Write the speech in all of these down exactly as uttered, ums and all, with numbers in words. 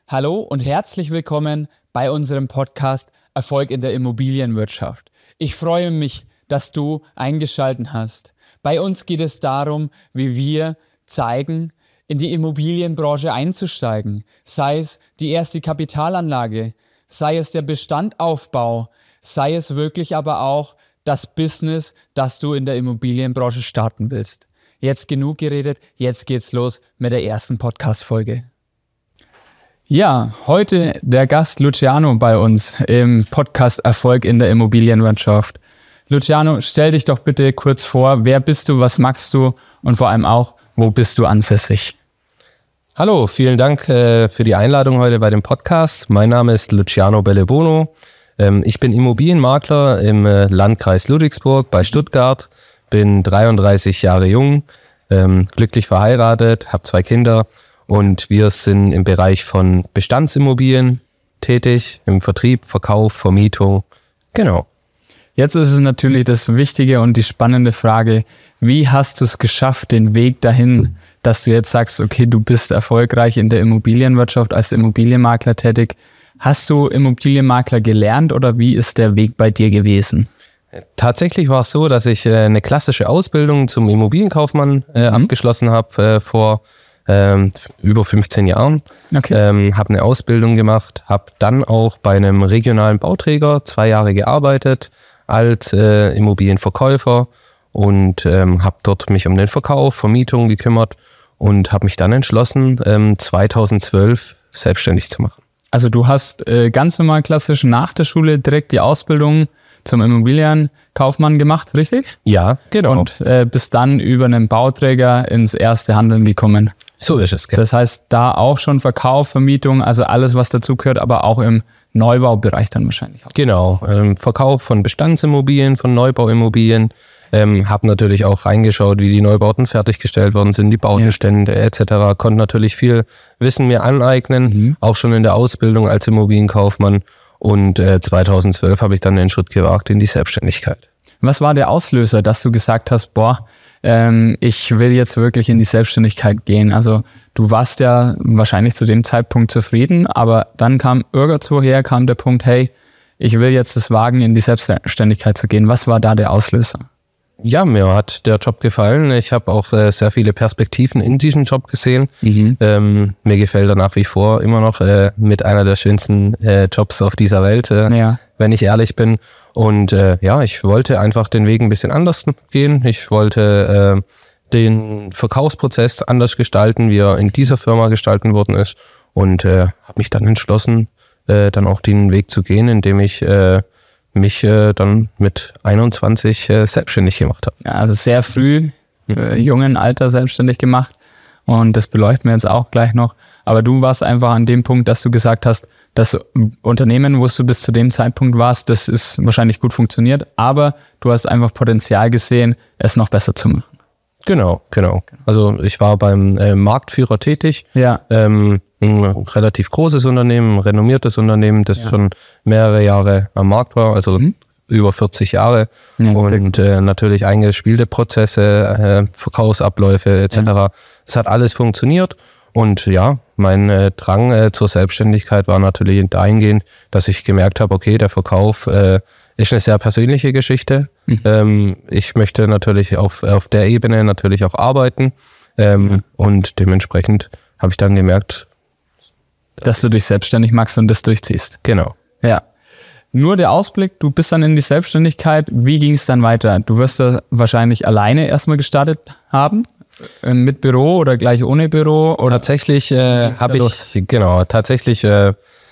Hallo und herzlich willkommen bei unserem Podcast Erfolg in der Immobilienwirtschaft. Ich freue mich, dass du eingeschaltet hast. Bei uns geht es darum, wie wir zeigen, in die Immobilienbranche einzusteigen. Sei es die erste Kapitalanlage, sei es der Bestandaufbau, sei es wirklich aber auch das Business, das du in der Immobilienbranche starten willst. Jetzt genug geredet, jetzt geht's los mit der ersten Podcast-Folge. Ja, heute der Gast Luciano bei uns im Podcast Erfolg in der Immobilienwirtschaft. Luciano, stell dich doch bitte kurz vor, wer bist du, was magst du und vor allem auch, wo bist du ansässig? Hallo, vielen Dank äh, für die Einladung heute bei dem Podcast. Mein Name ist Luciano Bellebono. Ähm, ich bin Immobilienmakler im äh, Landkreis Ludwigsburg bei Stuttgart, bin dreiunddreißig Jahre jung, ähm, glücklich verheiratet, habe zwei Kinder. Und wir sind im Bereich von Bestandsimmobilien tätig, im Vertrieb, Verkauf, Vermietung. Genau. Jetzt ist es natürlich das Wichtige und die spannende Frage, wie hast du es geschafft, den Weg dahin, dass du jetzt sagst, okay, du bist erfolgreich in der Immobilienwirtschaft als Immobilienmakler tätig. Hast du Immobilienmakler gelernt oder wie ist der Weg bei dir gewesen? Tatsächlich war es so, dass ich äh, eine klassische Ausbildung zum Immobilienkaufmann äh, mhm. abgeschlossen habe äh, vor Ähm, über fünfzehn Jahren, okay. ähm, habe eine Ausbildung gemacht, habe dann auch bei einem regionalen Bauträger zwei Jahre gearbeitet als äh, Immobilienverkäufer und ähm, habe dort mich um den Verkauf, Vermietung gekümmert und habe mich dann entschlossen, ähm, zweitausendzwölf selbstständig zu machen. Also du hast äh, ganz normal klassisch nach der Schule direkt die Ausbildung zum Immobilienkaufmann gemacht, richtig? Ja, genau. Und äh, bist dann über einen Bauträger ins erste Handeln gekommen. So ist es. Genau. Das heißt, da auch schon Verkauf, Vermietung, also alles, was dazugehört, aber auch im Neubaubereich dann wahrscheinlich auch. Genau, ähm, Verkauf von Bestandsimmobilien, von Neubauimmobilien. Ähm, habe natürlich auch reingeschaut, wie die Neubauten fertiggestellt worden sind, die Bautenstände ja. et cetera. Konnte natürlich viel Wissen mir aneignen, mhm. auch schon in der Ausbildung als Immobilienkaufmann. Und äh, zweitausendzwölf habe ich dann den Schritt gewagt in die Selbstständigkeit. Was war der Auslöser, dass du gesagt hast, boah, ähm, ich will jetzt wirklich in die Selbstständigkeit gehen? Also du warst ja wahrscheinlich zu dem Zeitpunkt zufrieden, aber dann kam irgendwo her, kam der Punkt, hey, ich will jetzt das wagen, in die Selbstständigkeit zu gehen. Was war da der Auslöser? Ja, mir hat der Job gefallen. Ich habe auch äh, sehr viele Perspektiven in diesem Job gesehen. Mhm. Ähm, mir gefällt er nach wie vor immer noch äh, mit einer der schönsten äh, Jobs auf dieser Welt, äh, ja. wenn ich ehrlich bin. Und äh, ja, ich wollte einfach den Weg ein bisschen anders gehen. Ich wollte äh, den Verkaufsprozess anders gestalten, wie er in dieser Firma gestalten worden ist. Und äh, habe mich dann entschlossen, äh, dann auch den Weg zu gehen, indem ich äh, mich äh, dann mit einundzwanzig äh, selbstständig gemacht habe. Ja, also sehr früh, äh, jungen Alter selbstständig gemacht und das beleuchten wir jetzt auch gleich noch. Aber du warst einfach an dem Punkt, dass du gesagt hast, das Unternehmen, wo du bis zu dem Zeitpunkt warst, das ist wahrscheinlich gut funktioniert, aber du hast einfach Potenzial gesehen, es noch besser zu machen. Genau, genau. Also ich war beim äh, Marktführer tätig. Ja. Ähm, ein relativ großes Unternehmen, ein renommiertes Unternehmen, das ja. schon mehrere Jahre am Markt war, also mhm. über vierzig Jahre. Ja, und äh, natürlich eingespielte Prozesse, äh, Verkaufsabläufe et cetera. Es ja. hat alles funktioniert. Und ja, mein äh, Drang äh, zur Selbstständigkeit war natürlich dahingehend, dass ich gemerkt habe, okay, der Verkauf äh, ist eine sehr persönliche Geschichte. Mhm. Ähm, ich möchte natürlich auf, auf der Ebene natürlich auch arbeiten. Ähm, ja. Und dementsprechend habe ich dann gemerkt, dass du dich selbstständig machst und das durchziehst. Genau. Ja. Nur der Ausblick, du bist dann in die Selbstständigkeit. Wie ging es dann weiter? Du wirst da wahrscheinlich alleine erstmal gestartet haben? Mit Büro oder gleich ohne Büro? Oder? Tatsächlich äh, habe ich, genau, tatsächlich äh,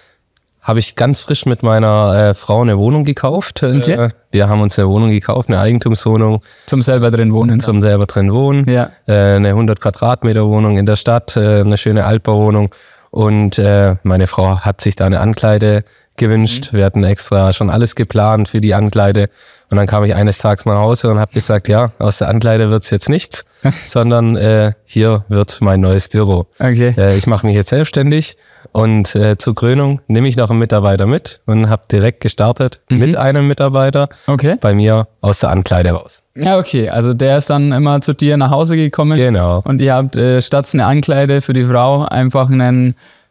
habe ich ganz frisch mit meiner äh, Frau eine Wohnung gekauft. Okay. Äh, wir haben uns eine Wohnung gekauft, eine Eigentumswohnung. Zum selber drin wohnen. Zum selber drin wohnen. Ja. Äh, eine hundert Quadratmeter Wohnung in der Stadt, äh, eine schöne Altbauwohnung. Und äh, meine Frau hat sich da eine Ankleide gewünscht. Mhm. Wir hatten extra schon alles geplant für die Ankleide. Und dann kam ich eines Tages nach Hause und habe gesagt, ja, aus der Ankleide wird's jetzt nichts, sondern äh, hier wird mein neues Büro. Okay. Äh, ich mache mich jetzt selbstständig und äh, zur Krönung nehme ich noch einen Mitarbeiter mit und habe direkt gestartet mhm. mit einem Mitarbeiter okay. bei mir aus der Ankleide raus. Ja, okay. Also der ist dann immer zu dir nach Hause gekommen. Genau. Und ihr habt äh, statt eine Ankleide für die Frau einfach einen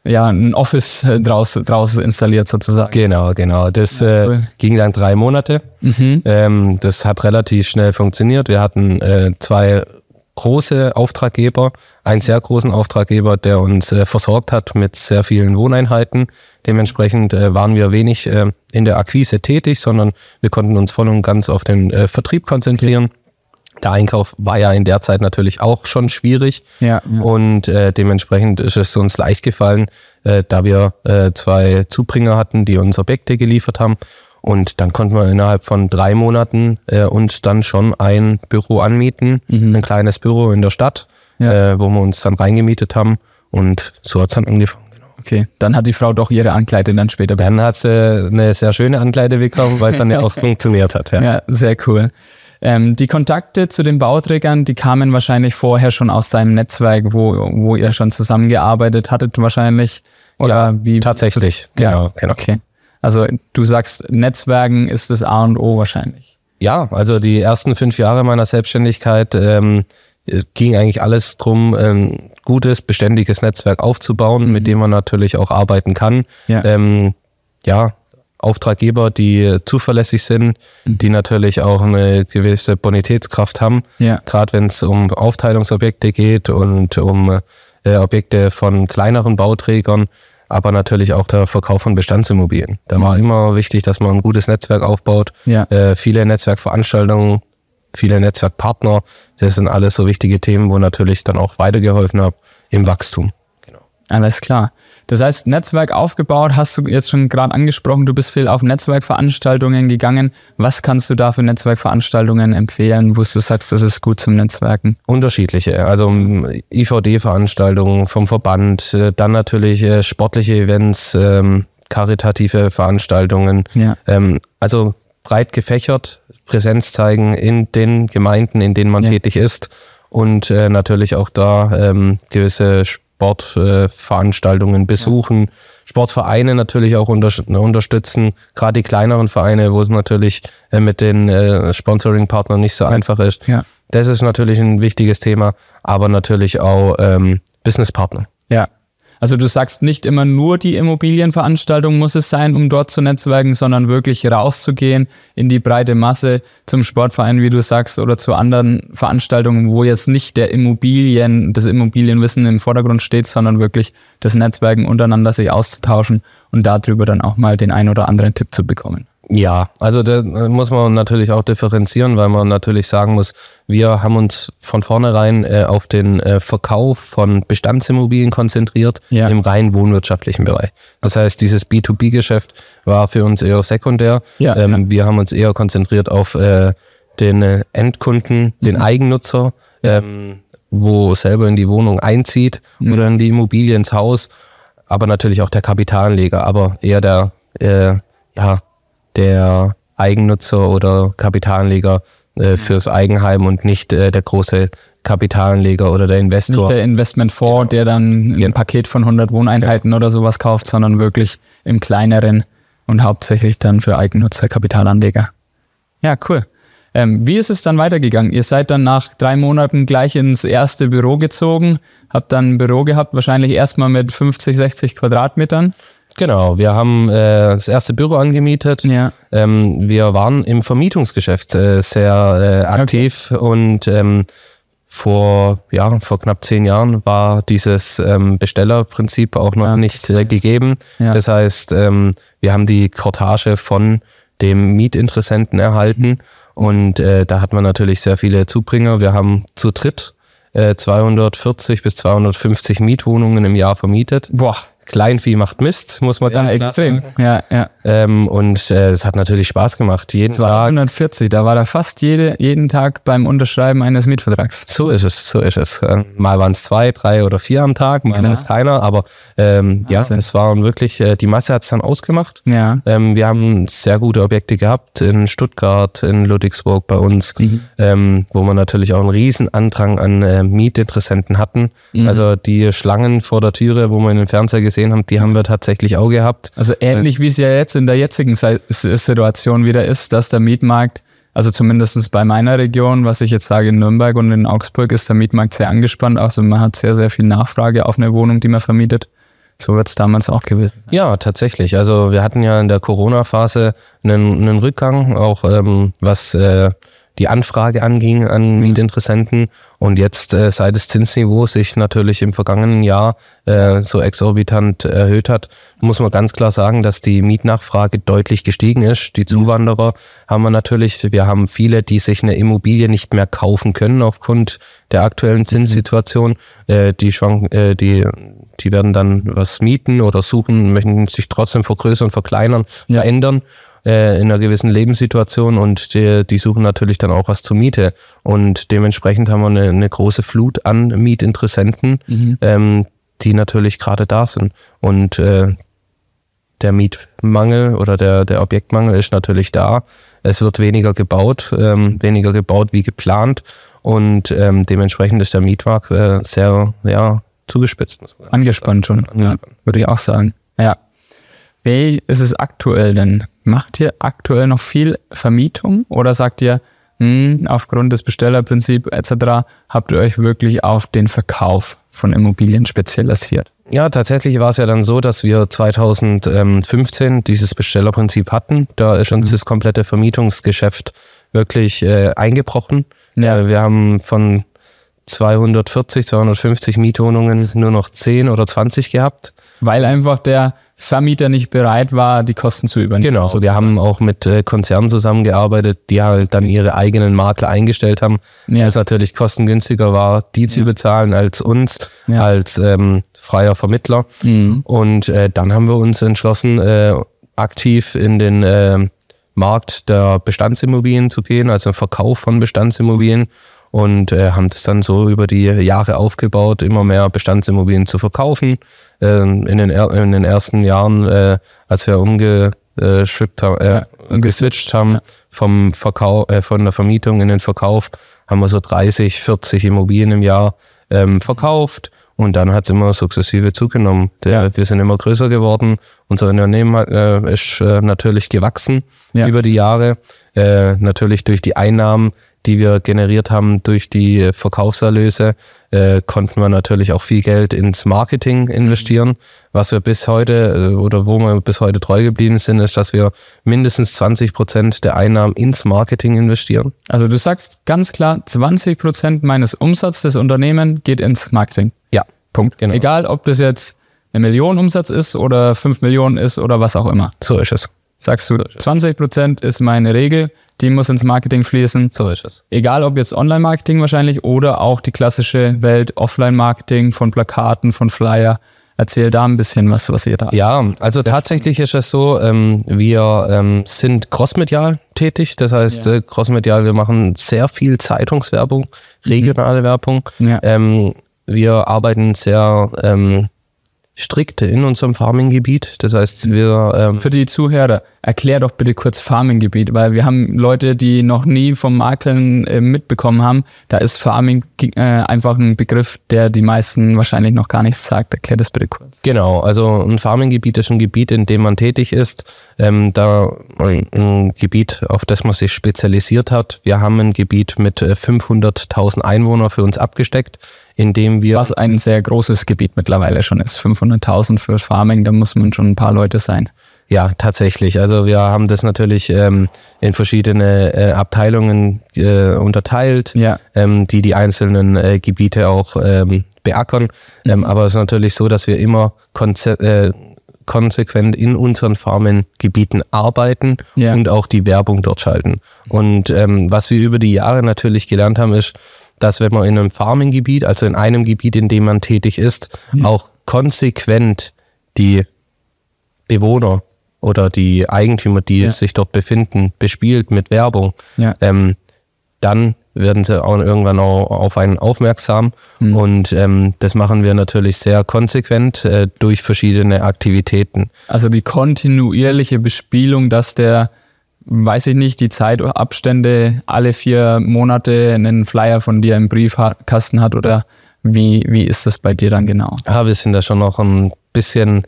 ja, ein Office draus, draus installiert sozusagen. Genau, genau. Das ja, cool. äh, ging dann drei Monate. Mhm. Ähm, das hat relativ schnell funktioniert. Wir hatten äh, zwei große Auftraggeber, einen sehr großen Auftraggeber, der uns äh, versorgt hat mit sehr vielen Wohneinheiten. Dementsprechend äh, waren wir wenig äh, in der Akquise tätig, sondern wir konnten uns voll und ganz auf den äh, Vertrieb konzentrieren. Der Einkauf war ja in der Zeit natürlich auch schon schwierig ja, ja. und äh, dementsprechend ist es uns leicht gefallen, äh, da wir äh, zwei Zubringer hatten, die uns Objekte geliefert haben und dann konnten wir innerhalb von drei Monaten äh, uns dann schon ein Büro anmieten, mhm. ein kleines Büro in der Stadt, ja. äh, wo wir uns dann reingemietet haben und so hat es dann angefangen. Okay, dann hat die Frau doch ihre Ankleide dann später bekommen. Dann hat sie eine sehr schöne Ankleide bekommen, weil es dann ja auch funktioniert hat. Ja, ja sehr cool. Ähm, die Kontakte zu den Bauträgern, die kamen wahrscheinlich vorher schon aus deinem Netzwerk, wo, wo ihr schon zusammengearbeitet hattet wahrscheinlich. Oder ja, wie? Tatsächlich, genau, ja, genau. Okay. Also du sagst, Netzwerken ist das A und O wahrscheinlich. Ja, also die ersten fünf Jahre meiner Selbstständigkeit ähm, ging eigentlich alles drum, ein gutes, beständiges Netzwerk aufzubauen, mhm. mit dem man natürlich auch arbeiten kann. Ja. Ähm, ja, Auftraggeber, die zuverlässig sind, mhm. die natürlich auch eine gewisse Bonitätskraft haben, ja. gerade wenn es um Aufteilungsobjekte geht und um äh, Objekte von kleineren Bauträgern, aber natürlich auch der Verkauf von Bestandsimmobilien. Da mhm. war immer wichtig, dass man ein gutes Netzwerk aufbaut, ja. äh, viele Netzwerkveranstaltungen, viele Netzwerkpartner, das sind alles so wichtige Themen, wo natürlich dann auch weitergeholfen habe im Wachstum. Genau. Alles klar. Das heißt, Netzwerk aufgebaut, hast du jetzt schon gerade angesprochen, du bist viel auf Netzwerkveranstaltungen gegangen. Was kannst du da für Netzwerkveranstaltungen empfehlen, wo du sagst, das ist gut zum Netzwerken? Unterschiedliche, also I V D-Veranstaltungen vom Verband, dann natürlich sportliche Events, karitative Veranstaltungen, ja. also breit gefächert, Präsenz zeigen in den Gemeinden, in denen man ja. tätig ist und natürlich auch da gewisse Sportveranstaltungen besuchen, ja. Sportvereine natürlich auch unter, unterstützen, gerade die kleineren Vereine, wo es natürlich äh, mit den äh, Sponsoring-Partnern nicht so ja. einfach ist. Ja. Das ist natürlich ein wichtiges Thema, aber natürlich auch ähm, Businesspartner. Ja. Also du sagst nicht immer nur die Immobilienveranstaltung muss es sein, um dort zu netzwerken, sondern wirklich rauszugehen in die breite Masse zum Sportverein, wie du sagst, oder zu anderen Veranstaltungen, wo jetzt nicht der Immobilien, das Immobilienwissen im Vordergrund steht, sondern wirklich das Netzwerken untereinander sich auszutauschen und darüber dann auch mal den ein oder anderen Tipp zu bekommen. Ja, also da muss man natürlich auch differenzieren, weil man natürlich sagen muss, wir haben uns von vornherein äh, auf den äh, Verkauf von Bestandsimmobilien konzentriert ja. im rein wohnwirtschaftlichen Bereich. Das heißt, dieses B zwei B-Geschäft war für uns eher sekundär. Ja, ähm, ja. Wir haben uns eher konzentriert auf äh, den äh, Endkunden, mhm. den Eigennutzer, ähm, wo selber in die Wohnung einzieht mhm. oder in die Immobilie ins Haus, aber natürlich auch der Kapitalanleger, aber eher der, äh, ja, der Eigennutzer oder Kapitalanleger äh, fürs Eigenheim und nicht äh, der große Kapitalanleger oder der Investor. Nicht der Investmentfonds, genau. der dann ein genau. Paket von hundert Wohneinheiten ja. oder sowas kauft, sondern wirklich im kleineren und hauptsächlich dann für Eigennutzer, Kapitalanleger. Ja, cool. Ähm, wie ist es dann weitergegangen? Ihr seid dann nach drei Monaten gleich ins erste Büro gezogen, habt dann ein Büro gehabt, wahrscheinlich erstmal mit fünfzig, sechzig Quadratmetern. Genau, wir haben äh, das erste Büro angemietet. Ja. Ähm, wir waren im Vermietungsgeschäft äh, sehr äh, aktiv okay. und ähm, vor ja vor knapp zehn Jahren war dieses ähm, Bestellerprinzip auch noch ja, nicht äh, gegeben. Ja. Das heißt, ähm, wir haben die Kortage von dem Mietinteressenten erhalten und äh, da hat man natürlich sehr viele Zubringer. Wir haben zu dritt äh, zweihundertvierzig bis zweihundertfünfzig Mietwohnungen im Jahr vermietet. Boah. Kleinvieh macht Mist, muss man ganz ja, klar extrem. sagen. Ja, ja. Ähm, und es äh, hat natürlich Spaß gemacht. Jeden zweihundertvierzig, Tag, da war er fast jede, jeden Tag beim Unterschreiben eines Mietvertrags. So ist es, so ist es. Mal waren es zwei, drei oder vier am Tag, mal war es keiner, aber ähm, ja, es waren wirklich, äh, die Masse hat es dann ausgemacht. Ja. Ähm, wir haben sehr gute Objekte gehabt in Stuttgart, in Ludwigsburg bei uns, mhm. ähm, wo wir natürlich auch einen riesen Andrang an äh, Mietinteressenten hatten. Mhm. Also die Schlangen vor der Türe, wo wir in den Fernseher gesehen haben, die haben wir tatsächlich auch gehabt. Also ähnlich wie es ja jetzt in der jetzigen Situation wieder ist, dass der Mietmarkt, also zumindest bei meiner Region, was ich jetzt sage in Nürnberg und in Augsburg, ist der Mietmarkt sehr angespannt. Also man hat sehr, sehr viel Nachfrage auf eine Wohnung, die man vermietet. So wird es damals auch gewesen sein. Ja, tatsächlich. Also wir hatten ja in der Corona-Phase einen, einen Rückgang, auch ähm, was äh, die Anfrage anging an Mietinteressenten. Und jetzt, äh, seit das Zinsniveau sich natürlich im vergangenen Jahr äh, so exorbitant erhöht hat, muss man ganz klar sagen, dass die Mietnachfrage deutlich gestiegen ist. Die Zuwanderer haben wir natürlich. Wir haben viele, die sich eine Immobilie nicht mehr kaufen können aufgrund der aktuellen Zinssituation. Äh, die, schwanken, äh, die, die werden dann was mieten oder suchen, möchten sich trotzdem vergrößern, verkleinern, ja. verändern. in einer gewissen Lebenssituation und die, die suchen natürlich dann auch was zur Miete. Und dementsprechend haben wir eine, eine große Flut an Mietinteressenten, mhm. ähm, die natürlich gerade da sind. Und äh, der Mietmangel oder der, der Objektmangel ist natürlich da. Es wird weniger gebaut, ähm, weniger gebaut wie geplant und ähm, dementsprechend ist der Mietmarkt äh, sehr ja, zugespitzt. Muss man Angespannt schon, angespannt. Ja, würde ich auch sagen. Ja. Wie ist es aktuell denn? Macht ihr aktuell noch viel Vermietung oder sagt ihr, mh, aufgrund des Bestellerprinzips et cetera habt ihr euch wirklich auf den Verkauf von Immobilien spezialisiert? Ja, tatsächlich war es ja dann so, dass wir zweitausendfünfzehn dieses Bestellerprinzip hatten. Da ist uns mhm. das komplette Vermietungsgeschäft wirklich äh, eingebrochen. Ja. Wir haben von zweihundertvierzig, zweihundertfünfzig Mietwohnungen nur noch zehn oder zwanzig gehabt. Weil einfach der Vermieter nicht bereit war, die Kosten zu übernehmen. Genau, sozusagen. Wir haben auch mit äh, Konzernen zusammengearbeitet, die halt dann ihre eigenen Makler eingestellt haben, ja. was natürlich kostengünstiger war, die ja. zu bezahlen als uns, ja. als ähm, freier Vermittler. Mhm. Und äh, dann haben wir uns entschlossen, äh, aktiv in den äh, Markt der Bestandsimmobilien zu gehen, also im Verkauf von Bestandsimmobilien. Und äh, haben das dann so über die Jahre aufgebaut, immer mehr Bestandsimmobilien zu verkaufen. Ähm, in, den er- in den ersten Jahren, äh, als wir umgeschickt haben, äh, ja, geswitcht haben ja. vom Verkauf, äh, von der Vermietung in den Verkauf, haben wir so dreißig, vierzig Immobilien im Jahr ähm, verkauft. Und dann hat es immer sukzessive zugenommen. Der, ja. Wir sind immer größer geworden. Unser Unternehmen äh, ist äh, natürlich gewachsen ja. über die Jahre. Äh, natürlich durch die Einnahmen, die wir generiert haben durch die Verkaufserlöse, äh, konnten wir natürlich auch viel Geld ins Marketing investieren. Was wir bis heute äh, oder wo wir bis heute treu geblieben sind, ist, dass wir mindestens zwanzig Prozent der Einnahmen ins Marketing investieren. Also du sagst ganz klar, zwanzig Prozent meines Umsatzes des Unternehmens geht ins Marketing. Ja, Punkt. Genau. Egal, ob das jetzt eine Million Umsatz ist oder fünf Millionen ist oder was auch immer. So ist es. Sagst du, zwanzig Prozent ist meine Regel, die muss ins Marketing fließen. So ist es. Egal ob jetzt Online-Marketing wahrscheinlich oder auch die klassische Welt Offline-Marketing von Plakaten, von Flyer. Erzähl da ein bisschen was, was ihr da... Ja, also tatsächlich ist es so, ähm, wir ähm, sind crossmedial tätig. Das heißt, ja. äh, crossmedial, wir machen sehr viel Zeitungswerbung, regionale mhm. Werbung. Ja. Ähm, wir arbeiten sehr... Ähm, strikt in unserem Farming-Gebiet. Das heißt, wir... Ähm Für die Zuhörer, erklär doch bitte kurz Farming-Gebiet, weil wir haben Leute, die noch nie vom Makeln äh, mitbekommen haben. Da ist Farming äh, einfach ein Begriff, der die meisten wahrscheinlich noch gar nichts sagt. Erklär das bitte kurz. Genau, also ein Farming-Gebiet ist ein Gebiet, in dem man tätig ist. Ähm, da ein, ein Gebiet, auf das man sich spezialisiert hat. Wir haben ein Gebiet mit äh, fünfhunderttausend Einwohnern für uns abgesteckt, indem wir... Was ein sehr großes Gebiet mittlerweile schon ist. fünfhunderttausend für Farming, da muss man schon ein paar Leute sein. Ja, tatsächlich. Also wir haben das natürlich ähm, in verschiedene äh, Abteilungen äh, unterteilt, ja. ähm, die die einzelnen äh, Gebiete auch ähm, beackern. Mhm. Ähm, aber es ist natürlich so, dass wir immer konze- äh, konsequent in unseren Farmengebieten arbeiten ja. und auch die Werbung dort schalten. Und ähm, was wir über die Jahre natürlich gelernt haben, ist, dass wenn man in einem Farming-Gebiet, also in einem Gebiet, in dem man tätig ist, ja. auch konsequent die Bewohner oder die Eigentümer, die ja. sich dort befinden, bespielt mit Werbung, ja. ähm, dann werden sie auch irgendwann auch auf einen aufmerksam. Mhm. Und ähm, das machen wir natürlich sehr konsequent äh, durch verschiedene Aktivitäten. Also die kontinuierliche Bespielung, dass der, weiß ich nicht, die Zeitabstände alle vier Monate einen Flyer von dir im Briefkasten hat oder wie, wie ist das bei dir dann genau? Ja, wir sind da schon noch ein bisschen,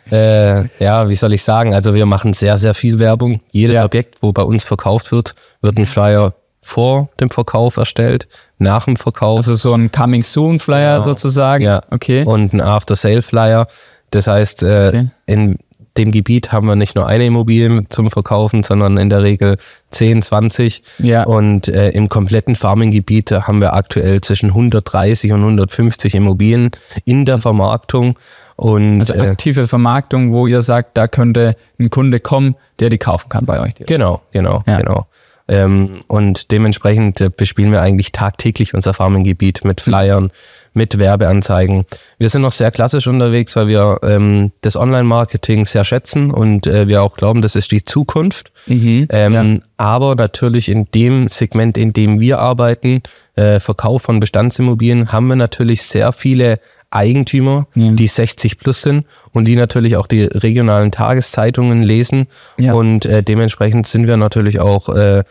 äh, ja, wie soll ich sagen, also wir machen sehr, sehr viel Werbung. Jedes ja. Objekt, wo bei uns verkauft wird, wird ein Flyer vor dem Verkauf erstellt, nach dem Verkauf. Also so ein Coming-Soon-Flyer genau. sozusagen? Ja, okay. Und ein After-Sale-Flyer, Das heißt, äh, okay. in dem Gebiet haben wir nicht nur eine Immobilie zum Verkaufen, sondern in der Regel zehn, zwanzig. Ja. Und äh, im kompletten Farming-Gebiet haben wir aktuell zwischen hundertdreißig und hundertfünfzig Immobilien in der Vermarktung. Und, also aktive Vermarktung, wo ihr sagt, da könnte ein Kunde kommen, der die kaufen kann bei euch. Genau, genau, ja. genau. Ähm, und dementsprechend äh, bespielen wir eigentlich tagtäglich unser Farming-Gebiet mit Flyern, mit Werbeanzeigen. Wir sind noch sehr klassisch unterwegs, weil wir ähm, das Online-Marketing sehr schätzen und äh, wir auch glauben, das ist die Zukunft. Mhm, ähm, ja. Aber natürlich in dem Segment, in dem wir arbeiten, äh, Verkauf von Bestandsimmobilien, haben wir natürlich sehr viele Eigentümer, ja. die sechzig plus sind und die natürlich auch die regionalen Tageszeitungen lesen. Ja. Und äh, dementsprechend sind wir natürlich auch äh,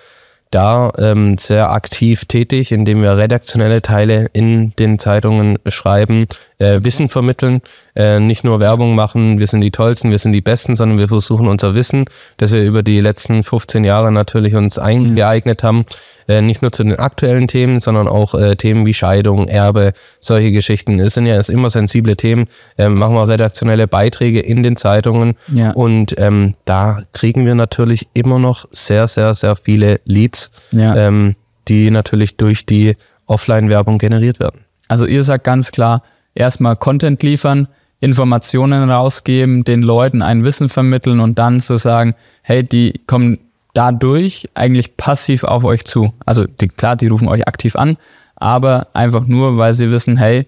da ähm, sehr aktiv tätig, indem wir redaktionelle Teile in den Zeitungen schreiben, äh, Wissen vermitteln, äh, nicht nur Werbung machen, wir sind die Tollsten, wir sind die Besten, sondern wir versuchen unser Wissen, das wir über die letzten fünfzehn Jahre natürlich uns eingeeignet haben, äh, nicht nur zu den aktuellen Themen, sondern auch äh, Themen wie Scheidung, Erbe, solche Geschichten. Es sind ja immer sensible Themen, äh, machen wir redaktionelle Beiträge in den Zeitungen ja. und ähm, da kriegen wir natürlich immer noch sehr, sehr, sehr viele Leads, ja. ähm, die natürlich durch die Offline-Werbung generiert werden. Also ihr sagt ganz klar, erstmal Content liefern, Informationen rausgeben, den Leuten ein Wissen vermitteln und dann zu sagen, hey, die kommen dadurch eigentlich passiv auf euch zu. Also die, klar, die rufen euch aktiv an, aber einfach nur, weil sie wissen, hey,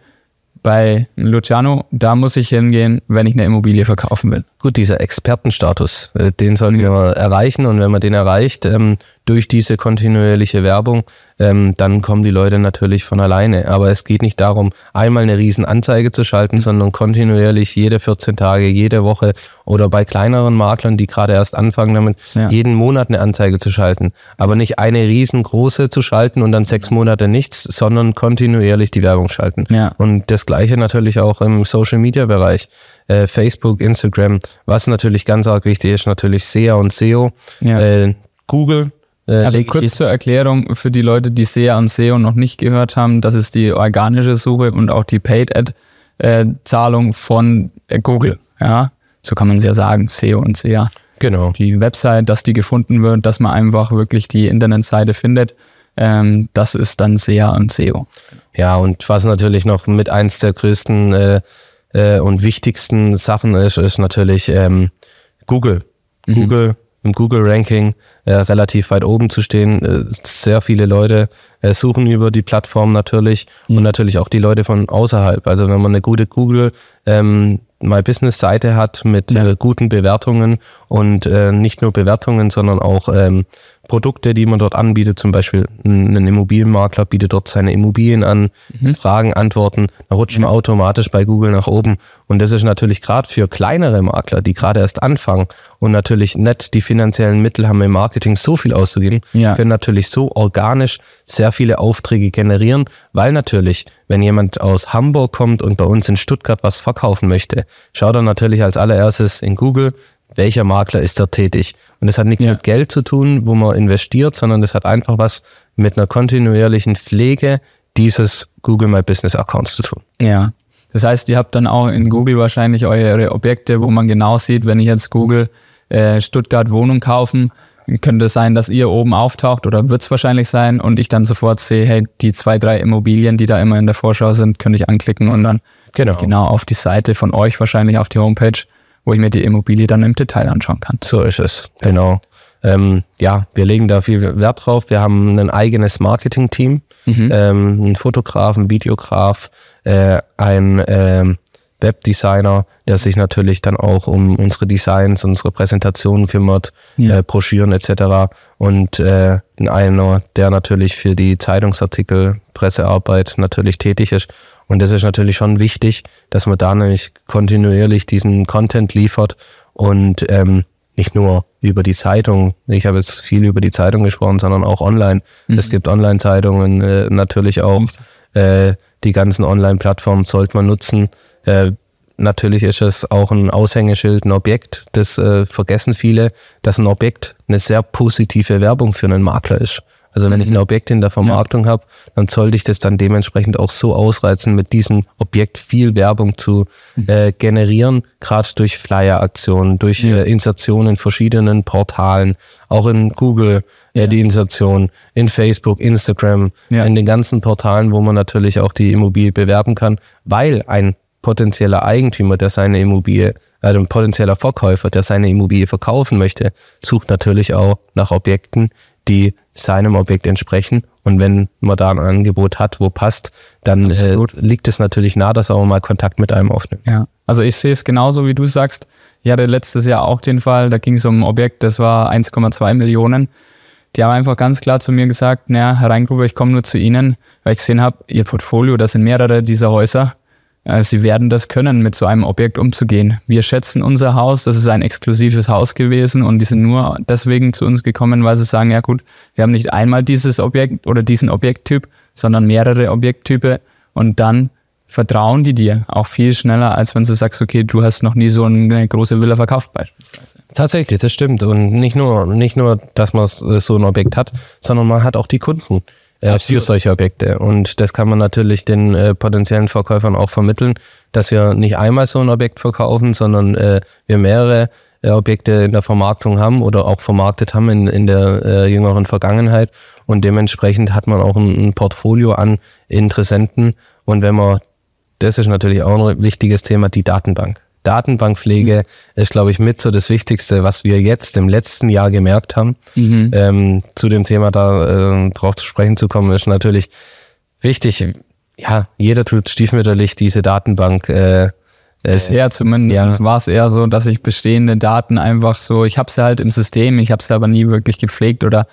bei Luciano, da muss ich hingehen, wenn ich eine Immobilie verkaufen will. Gut, dieser Expertenstatus, den sollten wir mal erreichen und wenn man den erreicht, ähm, durch diese kontinuierliche Werbung, ähm, dann kommen die Leute natürlich von alleine. Aber es geht nicht darum, einmal eine riesen Anzeige zu schalten, sondern kontinuierlich jede vierzehn Tage, jede Woche oder bei kleineren Maklern, die gerade erst anfangen damit, ja. jeden Monat eine Anzeige zu schalten. Aber nicht eine riesengroße zu schalten und dann sechs Monate nichts, sondern kontinuierlich die Werbung schalten. Ja. Und das Gleiche natürlich auch im Social-Media-Bereich. Äh, Facebook, Instagram, was natürlich ganz arg wichtig ist, natürlich S E A und S E O. Ja. Äh, Google. Äh, also kurz zur Erklärung für die Leute, die S E A und S E O noch nicht gehört haben, das ist die organische Suche und auch die Paid-Ad-Zahlung von Google. Ja, so kann man es ja sagen, S E O und S E A. Genau. Die Website, dass die gefunden wird, dass man einfach wirklich die Internetseite findet, ähm, das ist dann S E A und S E O. Ja, und was natürlich noch mit eins der größten äh, äh, und wichtigsten Sachen ist, ist natürlich ähm, Google. Mhm. Google im Google-Ranking äh, relativ weit oben zu stehen. Äh, sehr viele Leute äh, suchen über die Plattform natürlich mhm. und natürlich auch die Leute von außerhalb. Also wenn man eine gute Google ähm, My Business Seite hat mit ja. äh, guten Bewertungen und äh, nicht nur Bewertungen, sondern auch ähm, Produkte, die man dort anbietet. Zum Beispiel ein Immobilienmakler bietet dort seine Immobilien an, mhm. Fragen, Antworten, da rutscht man ja. automatisch bei Google nach oben. Und das ist natürlich gerade für kleinere Makler, die gerade erst anfangen und natürlich nicht die finanziellen Mittel haben, im Marketing so viel auszugeben, ja. können natürlich so organisch sehr viele Aufträge generieren, weil natürlich, wenn jemand aus Hamburg kommt und bei uns in Stuttgart was verkaufen möchte, schaut er natürlich als allererstes in Google, welcher Makler ist da tätig. Und das hat nichts ja. mit Geld zu tun, wo man investiert, sondern das hat einfach was mit einer kontinuierlichen Pflege dieses Google My Business Accounts zu tun. Ja, das heißt, ihr habt dann auch in Google wahrscheinlich eure Objekte, wo man genau sieht, wenn ich jetzt Google äh, Stuttgart Wohnung kaufen, könnte es sein, dass ihr oben auftaucht oder wird es wahrscheinlich sein und ich dann sofort sehe, hey, die zwei, drei Immobilien, die da immer in der Vorschau sind, könnte ich anklicken und dann genau, genau auf die Seite von euch, wahrscheinlich auf die Homepage, wo ich mir die Immobilie dann im Detail anschauen kann. So ist es, genau. Ähm, ja, wir legen da viel Wert drauf. Wir haben ein eigenes Marketing-Team, mhm. ähm, einen Fotograf, einen Videograf, äh, ein ähm, Webdesigner, der sich natürlich dann auch um unsere Designs, unsere Präsentationen kümmert, ja. äh, Broschüren et cetera. Und äh, einer, der natürlich für die Zeitungsartikel, Pressearbeit natürlich tätig ist. Und das ist natürlich schon wichtig, dass man da nämlich kontinuierlich diesen Content liefert und ähm, nicht nur über die Zeitung, ich habe jetzt viel über die Zeitung gesprochen, sondern auch online. Mhm. Es gibt Online-Zeitungen, äh, natürlich auch äh, die ganzen Online-Plattformen sollte man nutzen. Äh, natürlich ist es auch ein Aushängeschild, ein Objekt, das äh, vergessen viele, dass ein Objekt eine sehr positive Werbung für einen Makler ist. Also wenn ich ein Objekt in der Vermarktung ja. habe, dann sollte ich das dann dementsprechend auch so ausreizen, mit diesem Objekt viel Werbung zu äh, generieren, gerade durch Flyer-Aktionen, durch ja. äh, Insertionen in verschiedenen Portalen, auch in Google ja. äh, die Insertion, in Facebook, Instagram, ja. in den ganzen Portalen, wo man natürlich auch die Immobilie bewerben kann, weil ein potenzieller Eigentümer, der seine Immobilie, also ein potenzieller Verkäufer, der seine Immobilie verkaufen möchte, sucht natürlich auch nach Objekten, die seinem Objekt entsprechen. Und wenn man da ein Angebot hat, wo passt, dann äh, liegt es natürlich nahe, dass er auch mal Kontakt mit einem aufnimmt. Ja, also ich sehe es genauso, wie du sagst. Ich hatte letztes Jahr auch den Fall, da ging es um ein Objekt, das war eins Komma zwei Millionen. Die haben einfach ganz klar zu mir gesagt, naja, Herr Reingruber, ich komme nur zu Ihnen, weil ich gesehen habe, Ihr Portfolio, das sind mehrere dieser Häuser. Sie werden das können, mit so einem Objekt umzugehen. Wir schätzen unser Haus, das ist ein exklusives Haus gewesen und die sind nur deswegen zu uns gekommen, weil sie sagen, ja gut, wir haben nicht einmal dieses Objekt oder diesen Objekttyp, sondern mehrere Objekttype und dann vertrauen die dir auch viel schneller, als wenn du sagst, okay, du hast noch nie so eine große Villa verkauft beispielsweise. Tatsächlich, das stimmt und nicht nur, nicht nur, dass man so ein Objekt hat, sondern man hat auch die Kunden Äh, für solche Objekte. Und das kann man natürlich den äh, potenziellen Verkäufern auch vermitteln, dass wir nicht einmal so ein Objekt verkaufen, sondern äh, wir mehrere äh, Objekte in der Vermarktung haben oder auch vermarktet haben in, in der äh, jüngeren Vergangenheit. Und dementsprechend hat man auch ein, ein Portfolio an Interessenten. Und wenn man, das ist natürlich auch ein wichtiges Thema, die Datenbank. Datenbankpflege ist, glaube ich, mit so das Wichtigste, was wir jetzt im letzten Jahr gemerkt haben. Mhm. Ähm, zu dem Thema da äh, drauf zu sprechen zu kommen, ist natürlich wichtig. Ja, jeder tut stiefmütterlich diese Datenbank. Äh, Bisher zumindest ja. war es eher so, dass ich bestehende Daten einfach so, ich habe sie halt im System, ich habe sie aber nie wirklich gepflegt oder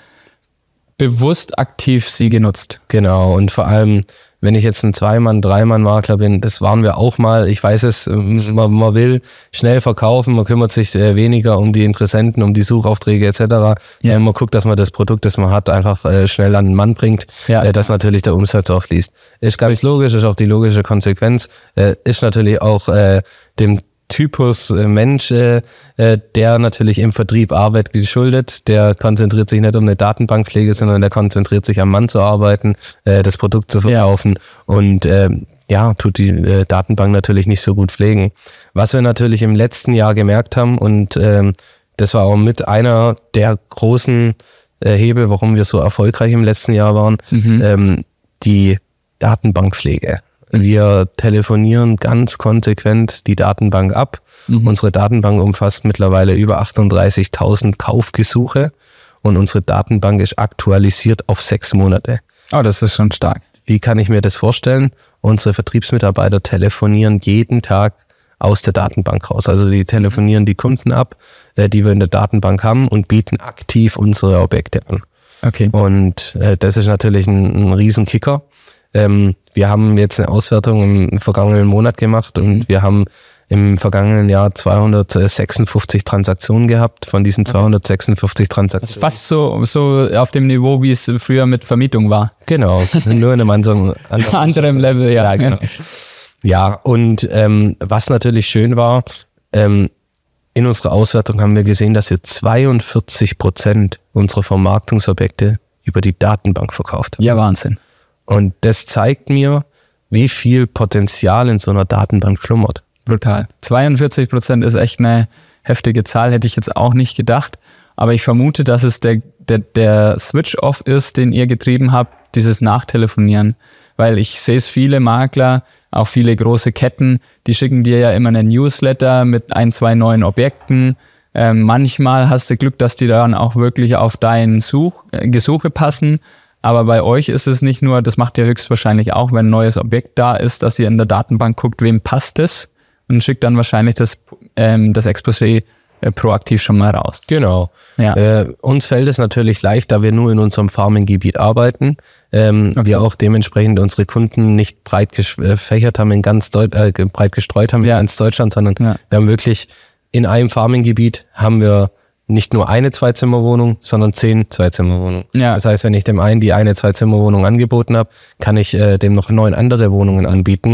bewusst aktiv sie genutzt. Genau, und vor allem, wenn ich jetzt ein Zweimann-, Dreimann-Makler bin, das waren wir auch mal, ich weiß es, man, man will schnell verkaufen, man kümmert sich äh, weniger um die Interessenten, um die Suchaufträge et cetera. Ja. Man guckt, dass man das Produkt, das man hat, einfach äh, schnell an den Mann bringt, ja. äh, dass natürlich der Umsatz auch fließt. Ist ganz logisch, ist auch die logische Konsequenz, äh, ist natürlich auch äh, dem Typus äh, Mensch, äh, der natürlich im Vertrieb Arbeit geschuldet, der konzentriert sich nicht um eine Datenbankpflege, sondern der konzentriert sich am Mann zu arbeiten, äh, das Produkt zu verkaufen ja. und äh, ja, tut die äh, Datenbank natürlich nicht so gut pflegen. Was wir natürlich im letzten Jahr gemerkt haben und ähm, das war auch mit einer der großen äh, Hebel, warum wir so erfolgreich im letzten Jahr waren, mhm. ähm, die Datenbankpflege. Wir telefonieren ganz konsequent die Datenbank ab. Mhm. Unsere Datenbank umfasst mittlerweile über achtunddreißigtausend Kaufgesuche und unsere Datenbank ist aktualisiert auf sechs Monate. Oh, das ist schon stark. Wie kann ich mir das vorstellen? Unsere Vertriebsmitarbeiter telefonieren jeden Tag aus der Datenbank raus. Also die telefonieren die Kunden ab, die wir in der Datenbank haben und bieten aktiv unsere Objekte an. Okay. Und äh, das ist natürlich ein, ein Riesenkicker. Ähm, wir haben jetzt eine Auswertung im vergangenen Monat gemacht und wir haben im vergangenen Jahr zweihundertsechsundfünfzig Transaktionen gehabt. Von diesen zweihundertsechsundfünfzig Transaktionen. Das ist fast so, so auf dem Niveau, wie es früher mit Vermietung war. Genau, nur in einem anderen, anderen anderem Level, ja. Ja, genau. Ja, und ähm, was natürlich schön war, ähm, in unserer Auswertung haben wir gesehen, dass wir zweiundvierzig Prozent unserer Vermarktungsobjekte über die Datenbank verkauft haben. Ja, Wahnsinn. Und das zeigt mir, wie viel Potenzial in so einer Datenbank schlummert. Brutal. zweiundvierzig Prozent ist echt eine heftige Zahl, hätte ich jetzt auch nicht gedacht. Aber ich vermute, dass es der, der, der Switch-Off ist, den ihr getrieben habt, dieses Nachtelefonieren. Weil ich sehe es viele Makler, auch viele große Ketten, die schicken dir ja immer einen Newsletter mit ein, zwei neuen Objekten. Ähm, manchmal hast du Glück, dass die dann auch wirklich auf dein Such, äh, Gesuche passen. Aber bei euch ist es nicht nur, das macht ihr höchstwahrscheinlich auch, wenn ein neues Objekt da ist, dass ihr in der Datenbank guckt, wem passt es und schickt dann wahrscheinlich das, ähm, das Exposé äh, proaktiv schon mal raus. Genau. Ja. Äh, uns fällt es natürlich leicht, da wir nur in unserem Farming-Gebiet arbeiten, ähm, okay. wir auch dementsprechend unsere Kunden nicht breit gefächert haben, in ganz Deut- äh, breit gestreut haben ja. in ganz Deutschland, sondern ja. wir haben wirklich in einem Farming-Gebiet haben wir nicht nur eine Zweizimmerwohnung, sondern zehn Zweizimmerwohnungen. Ja. Das heißt, wenn ich dem einen die eine Zweizimmerwohnung angeboten habe, kann ich äh, dem noch neun andere Wohnungen anbieten.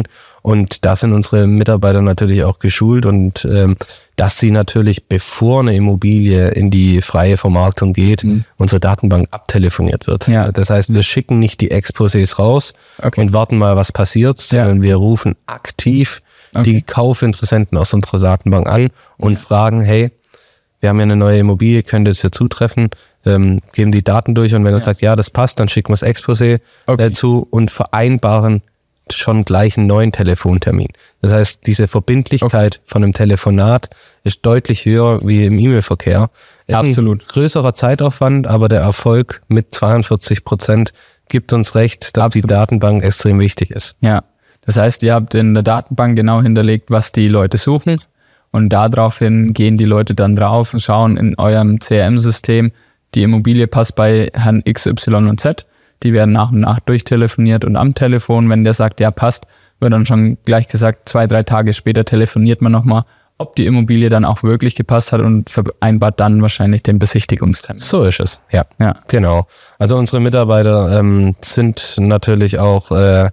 Und da sind unsere Mitarbeiter natürlich auch geschult und ähm, dass sie natürlich, bevor eine Immobilie in die freie Vermarktung geht, mhm. unsere Datenbank abtelefoniert wird. Ja. Das heißt, wir schicken nicht die Exposés raus okay. und warten mal, was passiert, sondern ja. wir rufen aktiv okay. die Kaufinteressenten aus unserer Datenbank an und ja. fragen, hey, wir haben ja eine neue Immobilie, könnte es ja zutreffen, ähm, geben die Daten durch und wenn er ja. sagt, ja, das passt, dann schicken wir das Exposé okay. dazu und vereinbaren schon gleich einen neuen Telefontermin. Das heißt, diese Verbindlichkeit okay. von einem Telefonat ist deutlich höher wie im E-Mail-Verkehr. Ja, absolut. Ein größerer Zeitaufwand, aber der Erfolg mit zweiundvierzig Prozent gibt uns recht, dass absolut. Die Datenbank extrem wichtig ist. Ja, das heißt, ihr habt in der Datenbank genau hinterlegt, was die Leute suchen und daraufhin gehen die Leute dann drauf und schauen in eurem C R M-System, die Immobilie passt bei Herrn X, Y und Z. Die werden nach und nach durchtelefoniert und am Telefon, wenn der sagt, ja passt, wird dann schon gleich gesagt, zwei, drei Tage später telefoniert man nochmal, ob die Immobilie dann auch wirklich gepasst hat und vereinbart dann wahrscheinlich den Besichtigungstermin. So ist es, ja, ja. Genau. Also unsere Mitarbeiter ähm, sind natürlich auch äh,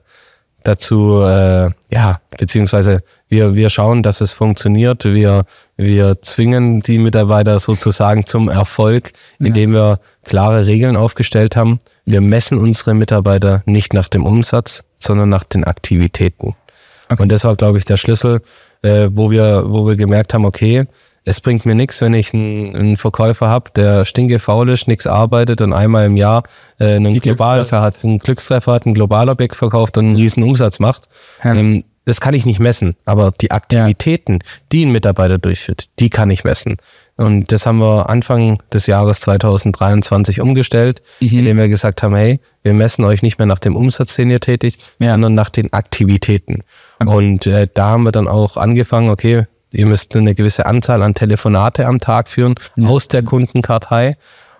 dazu, äh, ja, beziehungsweise wir, wir schauen, dass es funktioniert. Wir, wir zwingen die Mitarbeiter sozusagen zum Erfolg, indem ja. wir klare Regeln aufgestellt haben. Wir messen unsere Mitarbeiter nicht nach dem Umsatz, sondern nach den Aktivitäten. Okay. Und das war, glaube ich, der Schlüssel, äh, wo wir, wo wir gemerkt haben, okay, es bringt mir nichts, wenn ich einen, einen Verkäufer habe, der stinkefaul ist, nichts arbeitet und einmal im Jahr äh, einen, Global, Glückstreffer hat. einen Glückstreffer hat, ein Globalobjekt verkauft und einen riesen Umsatz macht. Ja. Ähm, das kann ich nicht messen, aber die Aktivitäten, ja. die ein Mitarbeiter durchführt, die kann ich messen. Und das haben wir Anfang des Jahres zweitausenddreiundzwanzig umgestellt, mhm. indem wir gesagt haben, hey, wir messen euch nicht mehr nach dem Umsatz, den ihr tätigt, ja. sondern nach den Aktivitäten. Okay. Und äh, da haben wir dann auch angefangen, okay, ihr müsst eine gewisse Anzahl an Telefonate am Tag führen ja. aus der Kundenkartei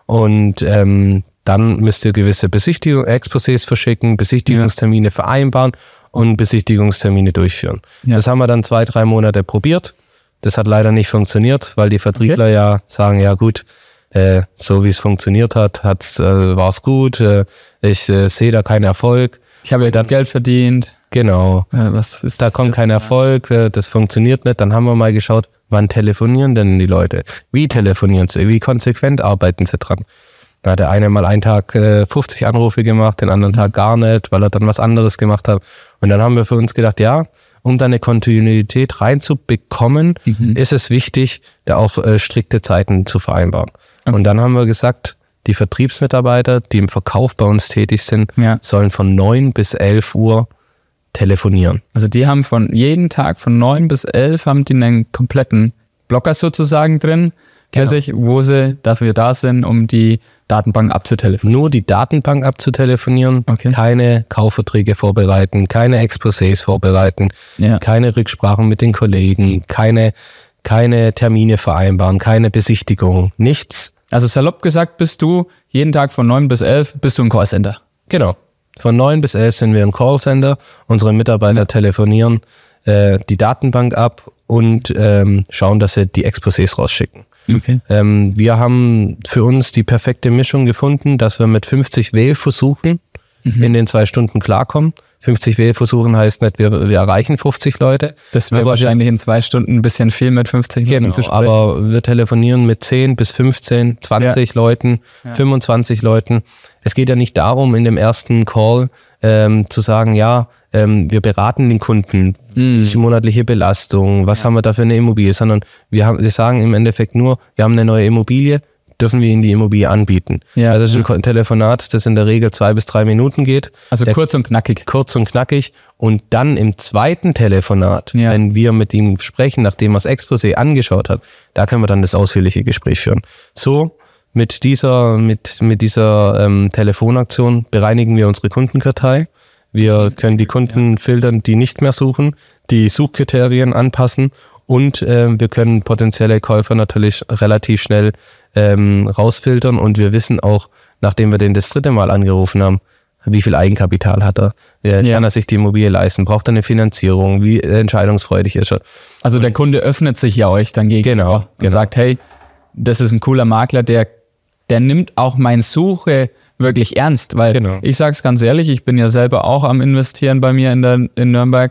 und ähm, dann müsst ihr gewisse Besichtigung, Exposés verschicken, Besichtigungstermine ja. vereinbaren und Besichtigungstermine durchführen. Ja. Das haben wir dann zwei, drei Monate probiert. Das hat leider nicht funktioniert, weil die Vertriebler okay. ja sagen, ja gut, äh, so wie es funktioniert hat, hat's, äh, war es gut, äh, ich äh, sehe da keinen Erfolg. Ich habe ja dann Geld verdient. Genau, ja, was ist da kommt jetzt? Kein Erfolg, äh, das funktioniert nicht. Dann haben wir mal geschaut, wann telefonieren denn die Leute? Wie telefonieren sie? Wie konsequent arbeiten sie dran? Da hat der eine mal einen Tag äh, fünfzig Anrufe gemacht, den anderen Tag gar nicht, weil er dann was anderes gemacht hat. Und dann haben wir für uns gedacht, ja, um da eine Kontinuität reinzubekommen, mhm. ist es wichtig, ja auch äh, strikte Zeiten zu vereinbaren. Okay. Und dann haben wir gesagt, die Vertriebsmitarbeiter, die im Verkauf bei uns tätig sind, ja. sollen von neun bis elf Uhr telefonieren. Also die haben von jeden Tag von neun bis elf haben die einen kompletten Blocker sozusagen drin, genau. sich, wo sie dafür da sind, um die Datenbank abzutelefonieren. Nur die Datenbank abzutelefonieren, okay. keine Kaufverträge vorbereiten, keine Exposés vorbereiten, ja. keine Rücksprachen mit den Kollegen, keine, keine Termine vereinbaren, keine Besichtigung, nichts. Also salopp gesagt, bist du jeden Tag von neun bis elf bist du ein Callcenter. Genau. Von neun bis elf sind wir ein Callcenter. Unsere Mitarbeiter ja. telefonieren äh, die Datenbank ab und ähm, schauen, dass sie die Exposés rausschicken. Okay. Ähm, wir haben für uns die perfekte Mischung gefunden, dass wir mit fünfzig Wählversuchen mhm. in den zwei Stunden klarkommen. fünfzig Wählversuchen heißt nicht, wir, wir erreichen fünfzig Leute. Das wäre wahrscheinlich in zwei Stunden ein bisschen viel mit fünfzig Leuten zu sprechen. Aber wir telefonieren mit zehn bis fünfzehn, zwanzig ja. Leuten, ja. fünfundzwanzig Leuten. Es geht ja nicht darum, in dem ersten Call ähm, zu sagen, ja, ähm, wir beraten den Kunden, mhm. die monatliche Belastung, was ja. haben wir da für eine Immobilie, sondern wir, haben, wir sagen im Endeffekt nur, wir haben eine neue Immobilie, dürfen wir Ihnen die Immobilie anbieten. Ja. Also das ist ein Telefonat, das in der Regel zwei bis drei Minuten geht. Also der, kurz und knackig. Kurz und knackig. Und dann im zweiten Telefonat, ja. wenn wir mit ihm sprechen, nachdem er das Exposé angeschaut hat, da können wir dann das ausführliche Gespräch führen. So mit dieser, mit, mit dieser ähm, Telefonaktion bereinigen wir unsere Kundenkartei. Wir können die Kunden ja. filtern, die nicht mehr suchen, die Suchkriterien anpassen und äh, wir können potenzielle Käufer natürlich relativ schnell ähm, rausfiltern und wir wissen auch, nachdem wir den das dritte Mal angerufen haben, wie viel Eigenkapital hat er, ja. kann er sich die Immobilie leisten, braucht er eine Finanzierung, wie entscheidungsfreudig ist er. Also der Kunde öffnet sich ja euch dann gegenüber genau, und genau. sagt, hey, das ist ein cooler Makler, der, der nimmt auch meine Suche wirklich ernst, weil genau. ich sage es ganz ehrlich, ich bin ja selber auch am Investieren bei mir in, der, in Nürnberg.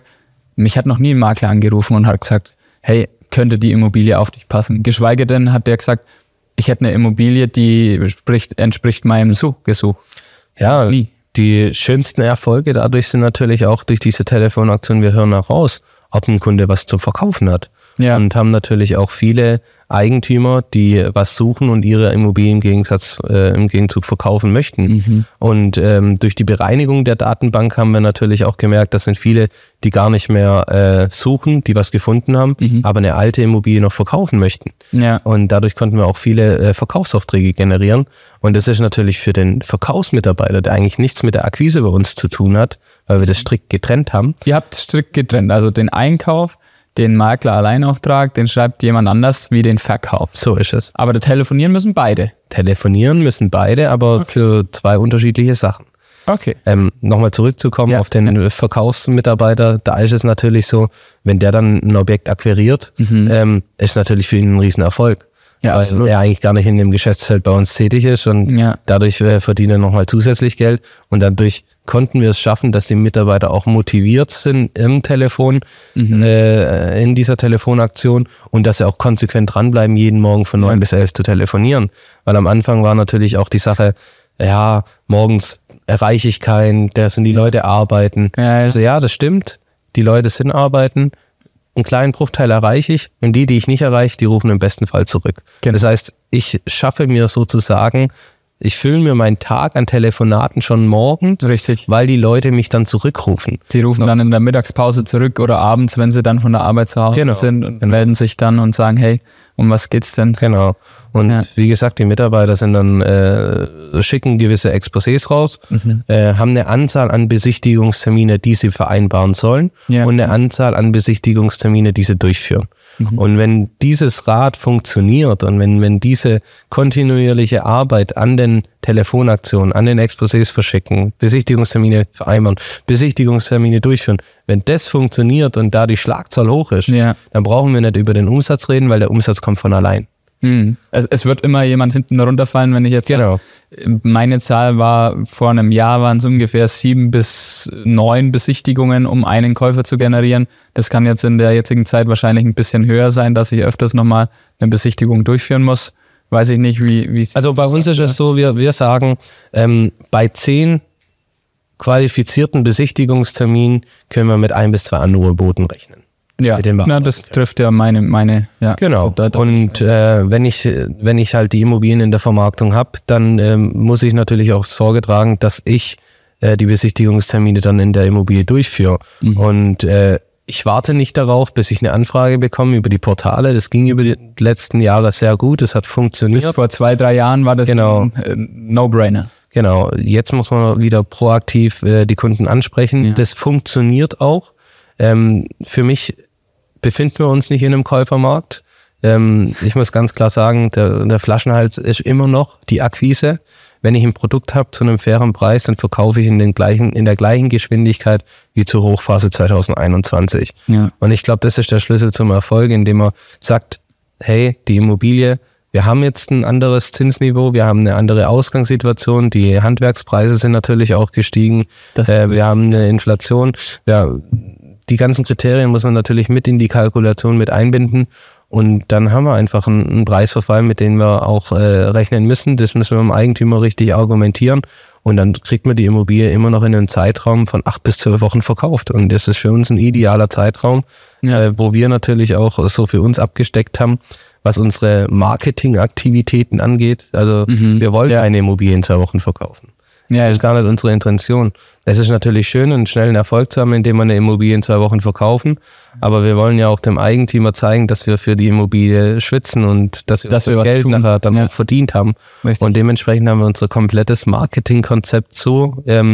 mich hat noch nie ein Makler angerufen und hat gesagt, hey, könnte die Immobilie auf dich passen? Geschweige denn hat der gesagt, ich hätte eine Immobilie, die entspricht, entspricht meinem Suchgesuch. Ja, nie. Die schönsten Erfolge dadurch sind natürlich auch durch diese Telefonaktion, wir hören auch raus, ob ein Kunde was zu verkaufen hat. Ja. Und haben natürlich auch viele Eigentümer, die was suchen und ihre Immobilien im Gegensatz, äh, im Gegenzug verkaufen möchten. Mhm. Und ähm, durch die Bereinigung der Datenbank haben wir natürlich auch gemerkt, das sind viele, die gar nicht mehr äh, suchen, die was gefunden haben, mhm. aber eine alte Immobilie noch verkaufen möchten. Ja. Und dadurch konnten wir auch viele äh, Verkaufsaufträge generieren. Und das ist natürlich für den Verkaufsmitarbeiter, der eigentlich nichts mit der Akquise bei uns zu tun hat, weil wir das strikt getrennt haben. Ihr habt strikt getrennt, also den Einkauf, den Makler-Alleinauftrag, den schreibt jemand anders wie den Verkauf. So ist es. Aber telefonieren müssen beide. Telefonieren müssen beide, aber okay. für zwei unterschiedliche Sachen. Okay. Ähm, Nochmal zurückzukommen ja. auf den ja. Verkaufsmitarbeiter, da ist es natürlich so, wenn der dann ein Objekt akquiriert, mhm. ähm, ist natürlich für ihn ein Riesenerfolg. Ja, weil absolut. Er eigentlich gar nicht in dem Geschäftsfeld bei uns tätig ist und ja. dadurch äh, verdient er nochmal zusätzlich Geld und dadurch konnten wir es schaffen, dass die Mitarbeiter auch motiviert sind im Telefon, mhm. äh, in dieser Telefonaktion und dass sie auch konsequent dranbleiben, jeden Morgen von neun ja. bis elf zu telefonieren. Weil am Anfang war natürlich auch die Sache, ja, morgens erreiche ich keinen, da sind die Leute arbeiten. Ja, ja. Also ja, das stimmt, die Leute sind arbeiten, einen kleinen Bruchteil erreiche ich und die, die ich nicht erreiche, die rufen im besten Fall zurück. Genau. Das heißt, ich schaffe mir sozusagen, ich fülle mir meinen Tag an Telefonaten schon morgens, richtig, weil die Leute mich dann zurückrufen. Die rufen dann in der Mittagspause zurück oder abends, wenn sie dann von der Arbeit zu Hause genau. sind und genau. melden sich dann und sagen, hey, um was geht's denn? Genau. Und ja. wie gesagt, die Mitarbeiter sind dann äh, schicken gewisse Exposés raus, mhm. äh, haben eine Anzahl an Besichtigungstermine, die sie vereinbaren sollen ja. und eine Anzahl an Besichtigungstermine, die sie durchführen. Mhm. Und wenn dieses Rad funktioniert und wenn, wenn diese kontinuierliche Arbeit an den Telefonaktionen, an den Exposés verschicken, Besichtigungstermine vereinbaren, Besichtigungstermine durchführen, wenn das funktioniert und da die Schlagzahl hoch ist, ja. dann brauchen wir nicht über den Umsatz reden, weil der Umsatz kommt von allein. Hm. Es, es wird immer jemand hinten runterfallen, wenn ich jetzt genau. sage, meine Zahl war, vor einem Jahr waren es ungefähr sieben bis neun Besichtigungen, um einen Käufer zu generieren. Das kann jetzt in der jetzigen Zeit wahrscheinlich ein bisschen höher sein, dass ich öfters nochmal eine Besichtigung durchführen muss. Weiß ich nicht, wie... wie also bei uns ist es so, wir, wir sagen, ähm, bei zehn qualifizierten Besichtigungsterminen können wir mit ein bis zwei Angeboten rechnen. Ja, na, das trifft ja meine, meine ja. Genau. Und äh, wenn ich wenn ich halt die Immobilien in der Vermarktung habe, dann ähm, muss ich natürlich auch Sorge tragen, dass ich äh, die Besichtigungstermine dann in der Immobilie durchführe. Mhm. Und äh, ich warte nicht darauf, bis ich eine Anfrage bekomme über die Portale. Das ging über die letzten Jahre sehr gut, das hat funktioniert. Bis vor zwei, drei Jahren war das genau. ein äh, No-Brainer. Genau, jetzt muss man wieder proaktiv äh, die Kunden ansprechen. Ja. Das funktioniert auch. Ähm, für mich befinden wir uns nicht in einem Käufermarkt. Ähm, ich muss ganz klar sagen, der, der Flaschenhals ist immer noch die Akquise. Wenn ich ein Produkt habe zu einem fairen Preis, dann verkaufe ich in, den gleichen, in der gleichen Geschwindigkeit wie zur Hochphase zwanzig einundzwanzig. Ja. Und ich glaube, das ist der Schlüssel zum Erfolg, indem man sagt, hey, die Immobilie, wir haben jetzt ein anderes Zinsniveau, wir haben eine andere Ausgangssituation, die Handwerkspreise sind natürlich auch gestiegen, äh, wir haben eine Inflation, ja, die ganzen Kriterien muss man natürlich mit in die Kalkulation mit einbinden und dann haben wir einfach einen, einen Preisverfall, mit dem wir auch äh, rechnen müssen. Das müssen wir dem Eigentümer richtig argumentieren und dann kriegt man die Immobilie immer noch in einem Zeitraum von acht bis zwölf Wochen verkauft und das ist für uns ein idealer Zeitraum, ja. äh, wo wir natürlich auch so für uns abgesteckt haben, was unsere Marketingaktivitäten angeht. Also mhm. wir wollen ja. eine Immobilie in zwei Wochen verkaufen. Das ja, ist gar nicht unsere Intention. Es ist natürlich schön, einen schnellen Erfolg zu haben, indem wir eine Immobilie in zwei Wochen verkaufen. Aber wir wollen ja auch dem Eigentümer zeigen, dass wir für die Immobilie schwitzen und dass wir dass das wir Geld tun. nachher dann ja. auch verdient haben. Richtig. Und dementsprechend haben wir unser komplettes Marketingkonzept so ähm,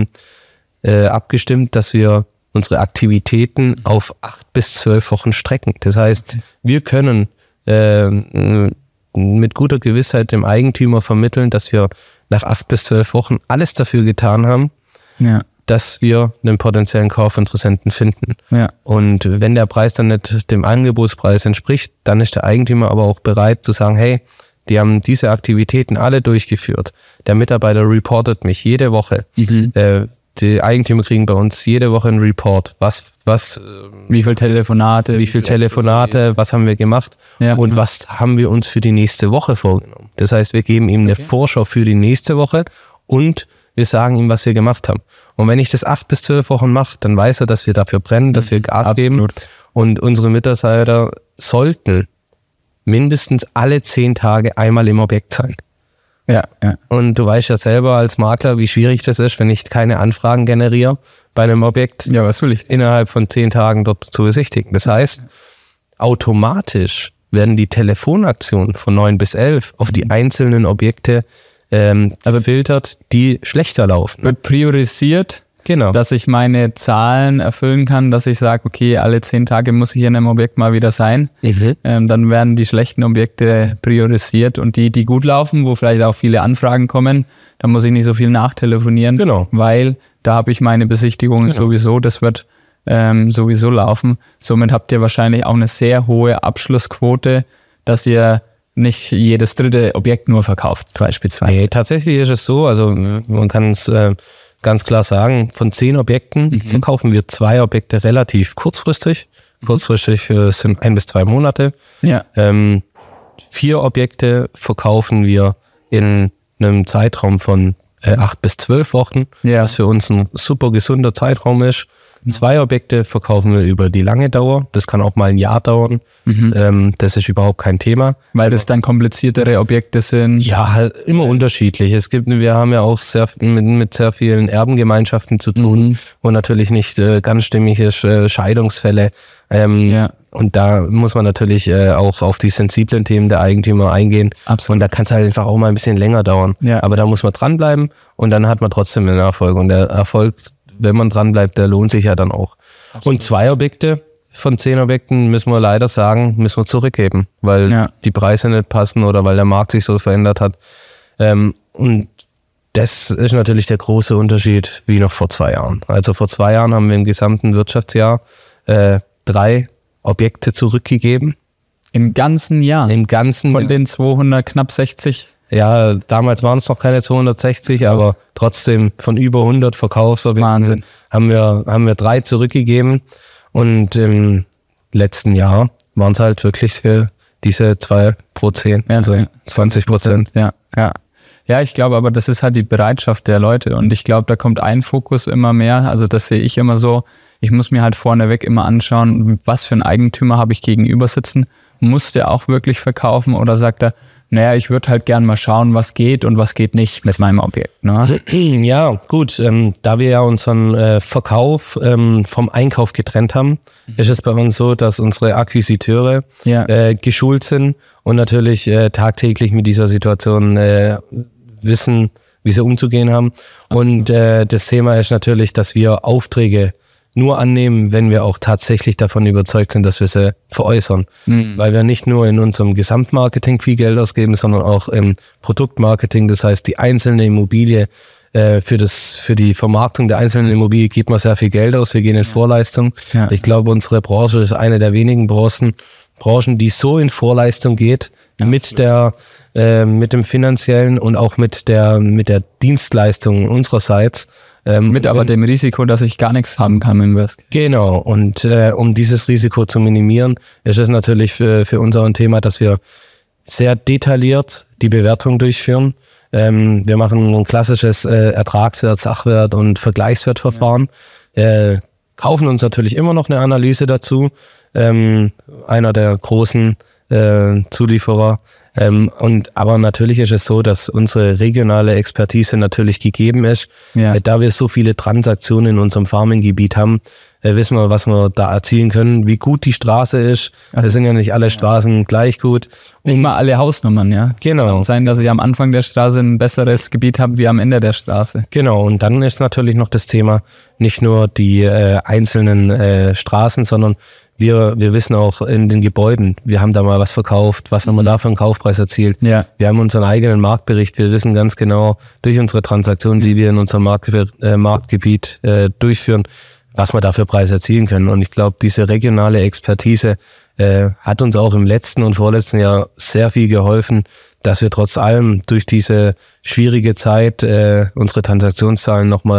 äh, abgestimmt, dass wir unsere Aktivitäten auf acht bis zwölf Wochen strecken. Das heißt, okay. wir können äh, mit guter Gewissheit dem Eigentümer vermitteln, dass wir nach acht bis zwölf Wochen alles dafür getan haben, ja. dass wir einen potenziellen Kaufinteressenten finden. Ja. Und wenn der Preis dann nicht dem Angebotspreis entspricht, dann ist der Eigentümer aber auch bereit zu sagen, hey, die haben diese Aktivitäten alle durchgeführt. Der Mitarbeiter reportet mich jede Woche. Mhm. Äh, die Eigentümer kriegen bei uns jede Woche einen Report. Was, was, wie viel Telefonate, wie viel Telefonate, was haben wir gemacht ja. und was haben wir uns für die nächste Woche vorgenommen. Das heißt, wir geben ihm eine okay. Vorschau für die nächste Woche und wir sagen ihm, was wir gemacht haben. Und wenn ich das acht bis zwölf Wochen mache, dann weiß er, dass wir dafür brennen, dass wir Gas Absolut. geben. Und unsere Mitarbeiter sollten mindestens alle zehn Tage einmal im Objekt sein. Ja, ja. Und du weißt ja selber als Makler, wie schwierig das ist, wenn ich keine Anfragen generiere bei einem Objekt. Ja, was will ich? Innerhalb von zehn Tagen dort zu besichtigen. Das heißt, automatisch werden die Telefonaktionen von neun bis elf auf die einzelnen Objekte ähm, also filtert, die schlechter laufen. Wird priorisiert, genau. dass ich meine Zahlen erfüllen kann, dass ich sage, okay, alle zehn Tage muss ich in einem Objekt mal wieder sein. Mhm. Ähm, dann werden die schlechten Objekte priorisiert und die, die gut laufen, wo vielleicht auch viele Anfragen kommen, da muss ich nicht so viel nachtelefonieren, genau. weil da habe ich meine Besichtigungen genau. sowieso, das wird ähm, sowieso laufen. Somit habt ihr wahrscheinlich auch eine sehr hohe Abschlussquote, dass ihr nicht jedes dritte Objekt nur verkauft, beispielsweise. Nee, tatsächlich ist es so, also man kann es äh, ganz klar sagen, von zehn Objekten mhm. verkaufen wir zwei Objekte relativ kurzfristig. Mhm. Kurzfristig äh, sind ein bis zwei Monate. Ja. Ähm, vier Objekte verkaufen wir in einem Zeitraum von äh, acht bis zwölf Wochen, ja. was für uns ein super gesunder Zeitraum ist. Zwei Objekte verkaufen wir über die lange Dauer. Das kann auch mal ein Jahr dauern. Mhm. Ähm, das ist überhaupt kein Thema. Weil das dann kompliziertere Objekte sind? Ja, halt immer unterschiedlich. Es gibt, wir haben ja auch sehr, mit, mit sehr vielen Erbengemeinschaften zu tun, mhm. wo natürlich nicht äh, ganz stimmig ist, äh, Scheidungsfälle. Ähm, ja. Und da muss man natürlich äh, auch auf die sensiblen Themen der Eigentümer eingehen. Absolut. Und da kann es halt einfach auch mal ein bisschen länger dauern. Ja. Aber da muss man dranbleiben und dann hat man trotzdem einen Erfolg. Und der Erfolg, wenn man dran bleibt, der lohnt sich ja dann auch. Absolut. Und zwei Objekte von zehn Objekten müssen wir leider sagen, müssen wir zurückgeben, weil ja. die Preise nicht passen oder weil der Markt sich so verändert hat. Ähm, und das ist natürlich der große Unterschied wie noch vor zwei Jahren. Also vor zwei Jahren haben wir im gesamten Wirtschaftsjahr äh, drei Objekte zurückgegeben. Im ganzen Jahr? Im ganzen Von Jahr. Den zweihundert, knapp sechzig? Ja, damals waren es noch keine zweihundertsechzig, aber trotzdem von über hundert Verkaufsobjekten Wahnsinn. haben wir, haben wir drei zurückgegeben. Und im letzten Jahr waren es halt wirklich für diese zwei pro zehn, ja, also zwanzig Prozent. Ja, ja. Ja, ich glaube aber, das ist halt die Bereitschaft der Leute. Und ich glaube, da kommt ein Fokus immer mehr. Also das sehe ich immer so. Ich muss mir halt vorneweg immer anschauen, was für einen Eigentümer habe ich gegenüber sitzen. Muss der auch wirklich verkaufen oder sagt er, naja, ich würde halt gern mal schauen, was geht und was geht nicht mit meinem Objekt. Ne? Ja, gut. Ähm, da wir ja unseren äh, Verkauf ähm, vom Einkauf getrennt haben, mhm. ist es bei uns so, dass unsere Akquisiteure ja. äh, geschult sind und natürlich äh, tagtäglich mit dieser Situation äh, wissen, wie sie umzugehen haben. Absolut. Und äh, das Thema ist natürlich, dass wir Aufträge nur annehmen, wenn wir auch tatsächlich davon überzeugt sind, dass wir sie veräußern. Mhm. Weil wir nicht nur in unserem Gesamtmarketing viel Geld ausgeben, sondern auch im Produktmarketing. Das heißt, die einzelne Immobilie, äh, für das, für die Vermarktung der einzelnen Immobilie gibt man sehr viel Geld aus. Wir gehen in Vorleistung. Ja. Ich glaube, unsere Branche ist eine der wenigen Branchen, Branchen, die so in Vorleistung geht, ja, mit der, äh, mit dem finanziellen und auch mit der, mit der Dienstleistung unsererseits. Ähm, mit aber dem Risiko, dass ich gar nichts haben kann im Worst Case. Genau, und äh, um dieses Risiko zu minimieren, ist es natürlich für, für unser ein Thema, dass wir sehr detailliert die Bewertung durchführen. Ähm, wir machen ein klassisches äh, Ertragswert, Sachwert und Vergleichswertverfahren. Ja. Äh, kaufen uns natürlich immer noch eine Analyse dazu. Ähm, einer der großen äh, Zulieferer. Ähm, und aber natürlich ist es so, dass unsere regionale Expertise natürlich gegeben ist. Ja. Äh, da wir so viele Transaktionen in unserem Farming-Gebiet haben, äh, wissen wir, was wir da erzielen können, wie gut die Straße ist. Also es sind ja nicht alle Straßen ja. gleich gut. Nicht mal alle Hausnummern, ja. Genau. Kann sein, dass ich am Anfang der Straße ein besseres Gebiet habe wie am Ende der Straße. Genau. Und dann ist natürlich noch das Thema nicht nur die äh, einzelnen äh, Straßen, sondern Wir, wir wissen auch in den Gebäuden, wir haben da mal was verkauft, was haben wir da für einen Kaufpreis erzielt. Ja. Wir haben unseren eigenen Marktbericht, wir wissen ganz genau durch unsere Transaktionen, die wir in unserem Markt, äh, Marktgebiet äh, durchführen, was wir da für Preise erzielen können. Und ich glaube, diese regionale Expertise äh, hat uns auch im letzten und vorletzten Jahr sehr viel geholfen, dass wir trotz allem durch diese schwierige Zeit äh, unsere Transaktionszahlen nochmal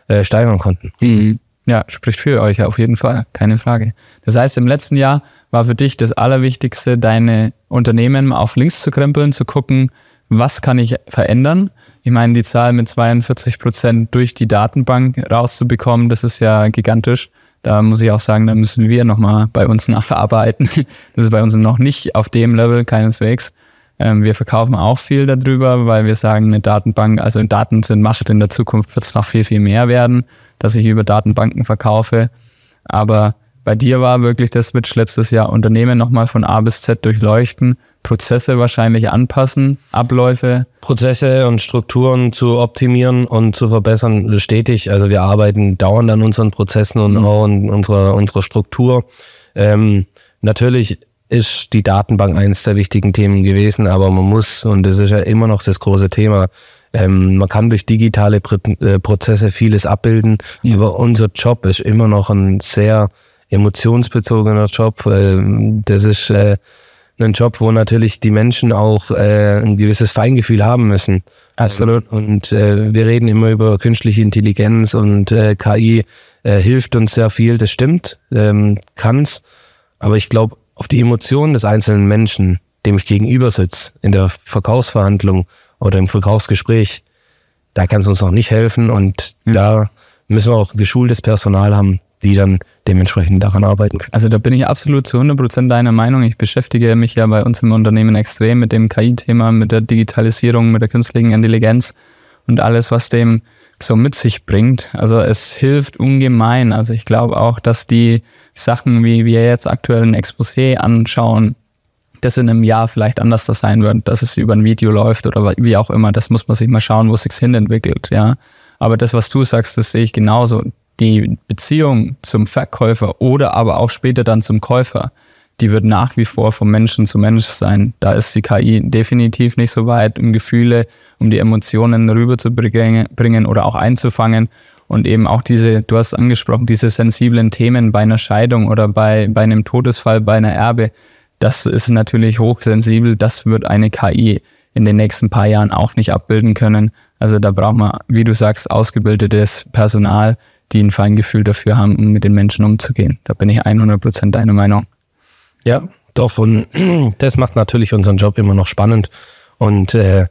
äh, steigern konnten. Mhm. Ja, spricht für euch auf jeden Fall, keine Frage. Das heißt, im letzten Jahr war für dich das Allerwichtigste, deine Unternehmen auf links zu krempeln, zu gucken, was kann ich verändern. Ich meine, die Zahl mit zweiundvierzig Prozent durch die Datenbank rauszubekommen, das ist ja gigantisch. Da muss ich auch sagen, da müssen wir nochmal bei uns nacharbeiten. Das ist bei uns noch nicht auf dem Level, keineswegs. Ähm, wir verkaufen auch viel darüber, weil wir sagen, eine Datenbank, also Daten sind Macht, in der Zukunft wird es noch viel, viel mehr werden, dass ich über Datenbanken verkaufe. Aber bei dir war wirklich der Switch letztes Jahr, Unternehmen nochmal von A bis Z durchleuchten, Prozesse wahrscheinlich anpassen, Abläufe. Prozesse und Strukturen zu optimieren und zu verbessern stetig. Also wir arbeiten dauernd an unseren Prozessen und mhm. auch an unserer, unserer Struktur. Ähm, natürlich ist die Datenbank eines der wichtigen Themen gewesen, aber man muss, und das ist ja immer noch das große Thema, ähm, man kann durch digitale Pr- äh, Prozesse vieles abbilden, ja. aber unser Job ist immer noch ein sehr emotionsbezogener Job. Äh, das ist äh, ein Job, wo natürlich die Menschen auch äh, ein gewisses Feingefühl haben müssen. Absolut. Und äh, wir reden immer über künstliche Intelligenz und äh, K I äh, hilft uns sehr viel, das stimmt, ähm, kann's. Aber ich glaube, auf die Emotionen des einzelnen Menschen, dem ich gegenüber sitze, in der Verkaufsverhandlung oder im Verkaufsgespräch, da kann es uns noch nicht helfen. Und mhm. da müssen wir auch geschultes Personal haben, die dann dementsprechend daran arbeiten können. Also da bin ich absolut zu hundert Prozent deiner Meinung. Ich beschäftige mich ja bei uns im Unternehmen extrem mit dem K I-Thema, mit der Digitalisierung, mit der künstlichen Intelligenz und alles, was dem so mit sich bringt. Also es hilft ungemein. Also ich glaube auch, dass die Sachen, wie wir jetzt aktuell ein Exposé anschauen, das in einem Jahr vielleicht anders sein wird, dass es über ein Video läuft oder wie auch immer. Das muss man sich mal schauen, wo es sich hin entwickelt. Ja. Aber das, was du sagst, das sehe ich genauso. Die Beziehung zum Verkäufer oder aber auch später dann zum Käufer, die wird nach wie vor vom Menschen zu Mensch sein. Da ist die K I definitiv nicht so weit, um Gefühle, um die Emotionen rüberzubringen oder auch einzufangen. Und eben auch diese, du hast angesprochen, diese sensiblen Themen bei einer Scheidung oder bei, bei einem Todesfall, bei einer Erbe, das ist natürlich hochsensibel. Das wird eine K I in den nächsten paar Jahren auch nicht abbilden können. Also da braucht man, wie du sagst, ausgebildetes Personal, die ein Feingefühl dafür haben, um mit den Menschen umzugehen. Da bin ich hundert Prozent deiner Meinung. Ja, doch. Und das macht natürlich unseren Job immer noch spannend. Und äh,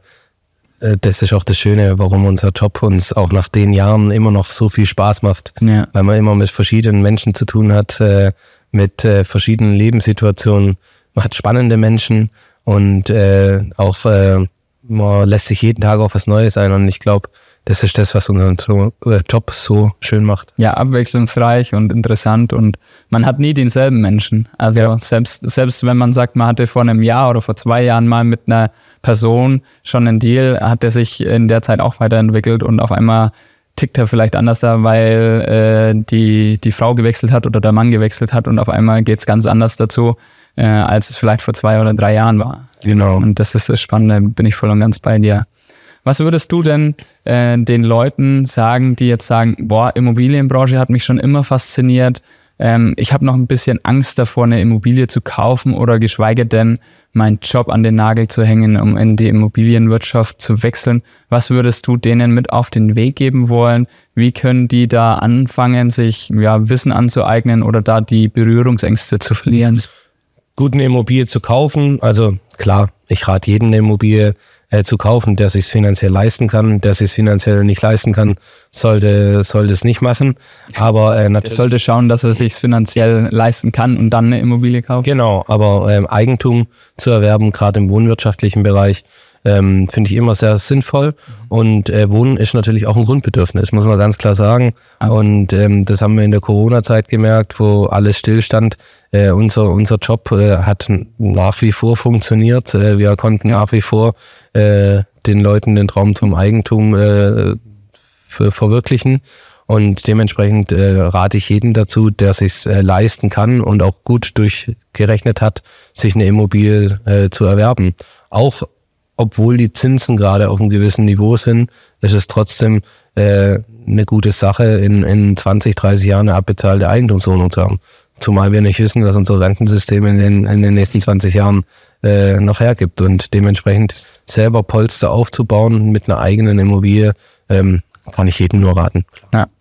das ist auch das Schöne, warum unser Job uns auch nach den Jahren immer noch so viel Spaß macht. Ja. Weil man immer mit verschiedenen Menschen zu tun hat, äh, mit äh, verschiedenen Lebenssituationen. Man hat spannende Menschen und äh, auch äh, man lässt sich jeden Tag auf was Neues ein. Und ich glaube, das ist das, was unseren Job so schön macht. Ja, abwechslungsreich und interessant und man hat nie denselben Menschen. Also ja. selbst, selbst wenn man sagt, man hatte vor einem Jahr oder vor zwei Jahren mal mit einer Person schon einen Deal, hat der sich in der Zeit auch weiterentwickelt und auf einmal tickt er vielleicht anders da, weil äh, die, die Frau gewechselt hat oder der Mann gewechselt hat und auf einmal geht es ganz anders dazu, äh, als es vielleicht vor zwei oder drei Jahren war. Genau. Und das ist das Spannende, bin ich voll und ganz bei dir. Was würdest du denn äh, den Leuten sagen, die jetzt sagen, boah, Immobilienbranche hat mich schon immer fasziniert, ähm, ich habe noch ein bisschen Angst davor, eine Immobilie zu kaufen oder geschweige denn meinen Job an den Nagel zu hängen, um in die Immobilienwirtschaft zu wechseln. Was würdest du denen mit auf den Weg geben wollen? Wie können die da anfangen, sich ja, Wissen anzueignen oder da die Berührungsängste zu verlieren? Gut, eine Immobilie zu kaufen, also klar, ich rate jedem eine Immobilie äh, zu kaufen, der sich finanziell leisten kann. Der sich finanziell nicht leisten kann, sollte sollte es nicht machen. Aber äh, natürlich sollte schauen, dass er sich finanziell leisten kann und dann eine Immobilie kauft. Genau, aber ähm, Eigentum zu erwerben, gerade im wohnwirtschaftlichen Bereich, ähm, finde ich immer sehr sinnvoll. Und äh, Wohnen ist natürlich auch ein Grundbedürfnis, muss man ganz klar sagen. Absolut. Und ähm, das haben wir in der Corona-Zeit gemerkt, wo alles stillstand. Äh, unser unser Job äh, hat nach wie vor funktioniert. Äh, wir konnten nach wie vor äh, den Leuten den Traum zum Eigentum äh, für, verwirklichen. Und dementsprechend äh, rate ich jedem dazu, der sich äh, leisten kann und auch gut durchgerechnet hat, sich eine Immobilie äh, zu erwerben. Auch obwohl die Zinsen gerade auf einem gewissen Niveau sind, ist es trotzdem äh, eine gute Sache, in, in zwanzig, dreißig Jahren eine abbezahlte Eigentumswohnung zu haben. Zumal wir nicht wissen, was unser Rentensystem in den, in den nächsten zwanzig Jahren äh, noch hergibt. Und dementsprechend selber Polster aufzubauen mit einer eigenen Immobilie, ähm, kann ich jedem nur raten. Ja,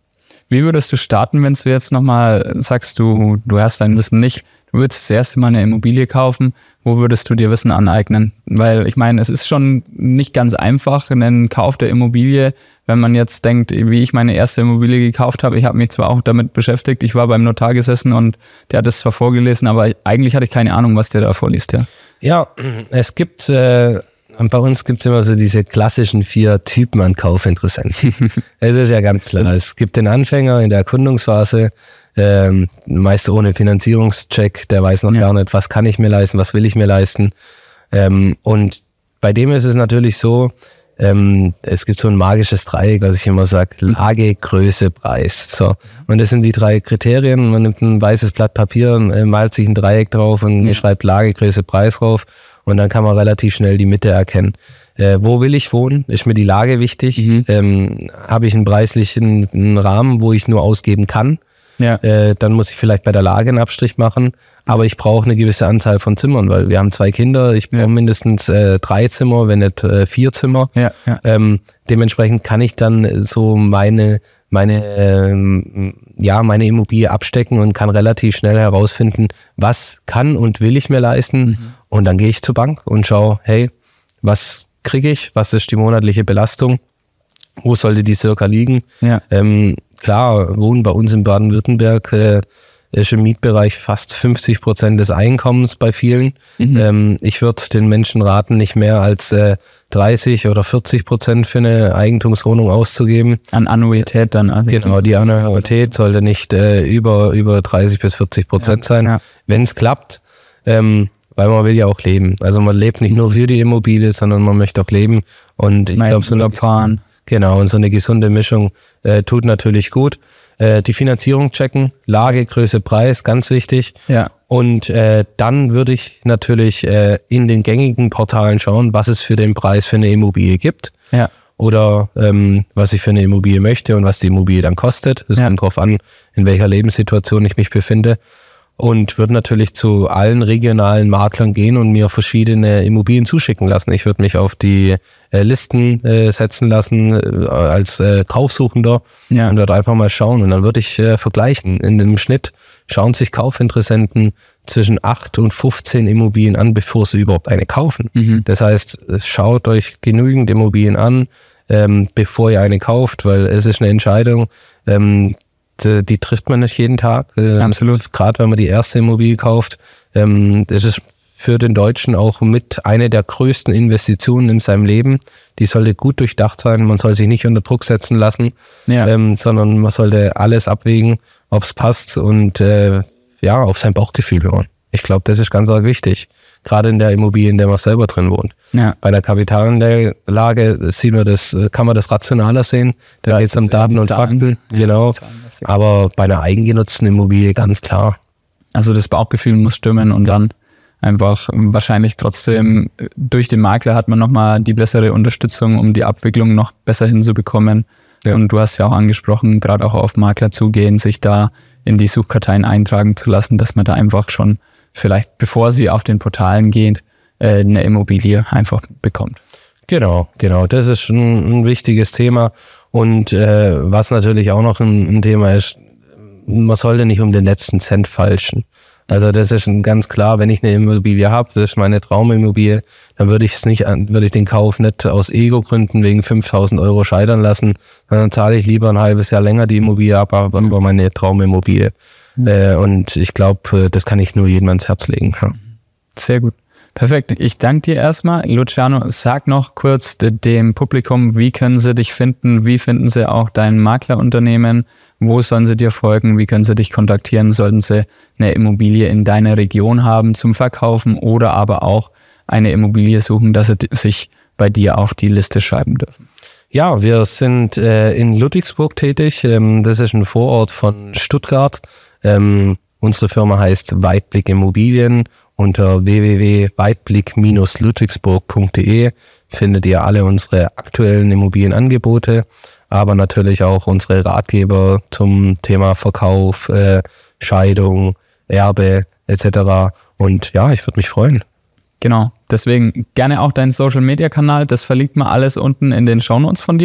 Wie würdest du starten, wenn du jetzt nochmal sagst, du, du hast dein Wissen nicht, du würdest das erste Mal eine Immobilie kaufen, wo würdest du dir Wissen aneignen? Weil ich meine, es ist schon nicht ganz einfach, einen Kauf der Immobilie, wenn man jetzt denkt, wie ich meine erste Immobilie gekauft habe. Ich habe mich zwar auch damit beschäftigt, ich war beim Notar gesessen und der hat es zwar vorgelesen, aber eigentlich hatte ich keine Ahnung, was der da vorliest. Ja, ja es gibt... Äh Und bei uns gibt es immer so diese klassischen vier Typen an Kaufinteressenten. Es ist ja ganz klar. Es gibt den Anfänger in der Erkundungsphase, ähm, meist ohne Finanzierungscheck, der weiß noch ja. gar nicht, was kann ich mir leisten, was will ich mir leisten. Ähm, und bei dem ist es natürlich so, ähm, es gibt so ein magisches Dreieck, was ich immer sage, Lage, Größe, Preis. So. Und das sind die drei Kriterien. Man nimmt ein weißes Blatt Papier, äh, malt sich ein Dreieck drauf und ja. schreibt Lage, Größe, Preis drauf. Und dann kann man relativ schnell die Mitte erkennen. Äh, wo will ich wohnen? Ist mir die Lage wichtig? Mhm. Ähm, habe ich einen preislichen einen Rahmen, wo ich nur ausgeben kann? Ja. Äh, dann muss ich vielleicht bei der Lage einen Abstrich machen. Aber ich brauche eine gewisse Anzahl von Zimmern, weil wir haben zwei Kinder. Ich brauche ja. mindestens äh, drei Zimmer, wenn nicht äh, vier Zimmer. Ja. Ja. Ähm, dementsprechend kann ich dann so meine meine ähm, ja meine Immobilie abstecken und kann relativ schnell herausfinden, was kann und will ich mir leisten. Mhm. Und dann gehe ich zur Bank und schaue, hey, was kriege ich? Was ist die monatliche Belastung? Wo sollte die circa liegen? Ja. Ähm, klar, wohnen bei uns in Baden-Württemberg äh, ist im Mietbereich fast fünfzig Prozent des Einkommens bei vielen. Mhm. Ähm, ich würde den Menschen raten, nicht mehr als äh, dreißig oder vierzig Prozent für eine Eigentumswohnung auszugeben. An Annuität dann? Also genau, die Annuität sollte nicht äh, über, über dreißig bis vierzig Prozent ja. sein. Ja. Wenn es klappt, ähm, weil man will ja auch leben. Also man lebt nicht nur für die Immobilie, sondern man möchte auch leben. Und ich glaube, so eine, fahren. Genau, und so eine gesunde Mischung äh, tut natürlich gut. Äh, die Finanzierung checken, Lage, Größe, Preis, ganz wichtig. Ja. Und äh, dann würde ich natürlich äh, in den gängigen Portalen schauen, was es für den Preis für eine Immobilie gibt. Ja. Oder ähm, was ich für eine Immobilie möchte und was die Immobilie dann kostet. Es ja. kommt drauf an, in welcher Lebenssituation ich mich befinde. Und würde natürlich zu allen regionalen Maklern gehen und mir verschiedene Immobilien zuschicken lassen. Ich würde mich auf die äh, Listen äh, setzen lassen äh, als äh, Kaufsuchender ja. und würde einfach mal schauen. Und dann würde ich äh, vergleichen. In dem Schnitt schauen sich Kaufinteressenten zwischen acht und fünfzehn Immobilien an, bevor sie überhaupt eine kaufen. Mhm. Das heißt, schaut euch genügend Immobilien an, ähm, bevor ihr eine kauft, weil es ist eine Entscheidung, ähm, Die, die trifft man nicht jeden Tag. Äh, Absolut. Gerade wenn man die erste Immobilie kauft. Ähm, das ist für den Deutschen auch mit eine der größten Investitionen in seinem Leben. Die sollte gut durchdacht sein. Man soll sich nicht unter Druck setzen lassen, ja. ähm, sondern man sollte alles abwägen, ob es passt und äh, ja, auf sein Bauchgefühl hören. Ich glaube, das ist ganz arg wichtig. Gerade in der Immobilie, in der man selber drin wohnt. Ja. Bei der Kapitalanlage sieht man das, kann man das rationaler sehen. Da ja, geht es um Daten und Fakten. Ja, genau. Aber bei einer eigengenutzten Immobilie ganz klar. Also das Bauchgefühl muss stimmen und dann einfach wahrscheinlich trotzdem durch den Makler hat man nochmal die bessere Unterstützung, um die Abwicklung noch besser hinzubekommen. Ja. Und du hast ja auch angesprochen, gerade auch auf Makler zugehen, sich da in die Suchkarteien eintragen zu lassen, dass man da einfach schon vielleicht, bevor sie auf den Portalen geht, eine Immobilie einfach bekommt. Genau, genau. Das ist ein, ein wichtiges Thema. Und äh, was natürlich auch noch ein, ein Thema ist, man sollte nicht um den letzten Cent falschen. Also das ist ganz klar, wenn ich eine Immobilie habe, das ist meine Traumimmobilie, dann würde ich es nicht, würde ich den Kauf nicht aus Ego-Gründen wegen fünftausend Euro scheitern lassen. Dann zahle ich lieber ein halbes Jahr länger die Immobilie ab, aber über meine Traumimmobilie. Mhm. Äh, und ich glaube, das kann ich nur jedem ans Herz legen. Ja. Sehr gut. Perfekt. Ich danke dir erstmal. Luciano, sag noch kurz dem Publikum, wie können sie dich finden? Wie finden sie auch dein Maklerunternehmen? Wo sollen sie dir folgen? Wie können sie dich kontaktieren? Sollten sie eine Immobilie in deiner Region haben zum Verkaufen oder aber auch eine Immobilie suchen, dass sie sich bei dir auf die Liste schreiben dürfen? Ja, wir sind äh, in Ludwigsburg tätig. Ähm, das ist ein Vorort von Stuttgart. Ähm, unsere Firma heißt Weitblick Immobilien. Unter w w w punkt weitblick Bindestrich ludwigsburg punkt d e findet ihr alle unsere aktuellen Immobilienangebote, aber natürlich auch unsere Ratgeber zum Thema Verkauf, äh, Scheidung, Erbe et cetera. Und ja, ich würde mich freuen. Genau, deswegen gerne auch deinen Social-Media-Kanal, das verlinkt man alles unten in den Shownotes von dir.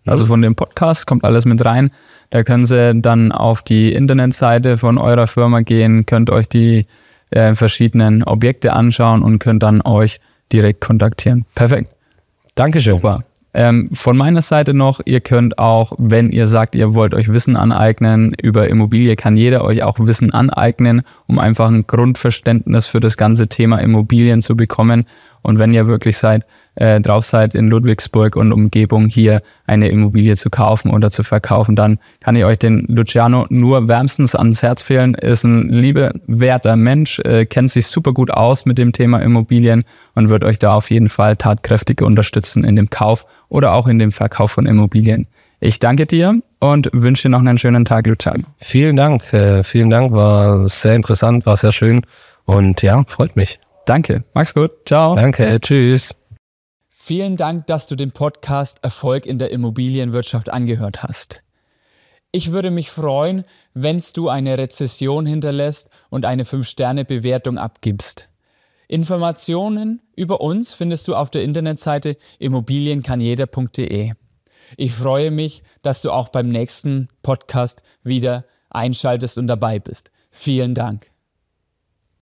Also von dem Podcast kommt alles mit rein. Da können Sie dann auf die Internetseite von eurer Firma gehen, könnt euch die äh, verschiedenen Objekte anschauen und könnt dann euch direkt kontaktieren. Perfekt. Dankeschön. Super. Ähm, von meiner Seite noch, ihr könnt auch, wenn ihr sagt, ihr wollt euch Wissen aneignen, über Immobilie kann jeder euch auch Wissen aneignen, um einfach ein Grundverständnis für das ganze Thema Immobilien zu bekommen. Und wenn ihr wirklich seid, äh, drauf seid, in Ludwigsburg und Umgebung hier eine Immobilie zu kaufen oder zu verkaufen, dann kann ich euch den Luciano nur wärmstens ans Herz fehlen. Ist ein lieber, werter Mensch, äh, kennt sich super gut aus mit dem Thema Immobilien und wird euch da auf jeden Fall tatkräftig unterstützen in dem Kauf oder auch in dem Verkauf von Immobilien. Ich danke dir und wünsche dir noch einen schönen Tag, Luciano. Vielen Dank, äh, vielen Dank, war sehr interessant, war sehr schön und ja, freut mich. Danke, mach's gut, ciao. Danke, tschüss. Vielen Dank, dass du den Podcast Erfolg in der Immobilienwirtschaft angehört hast. Ich würde mich freuen, wenn du eine Rezension hinterlässt und eine fünf Sterne Bewertung abgibst. Informationen über uns findest du auf der Internetseite immobilienkannjeder punkt de. Ich freue mich, dass du auch beim nächsten Podcast wieder einschaltest und dabei bist. Vielen Dank.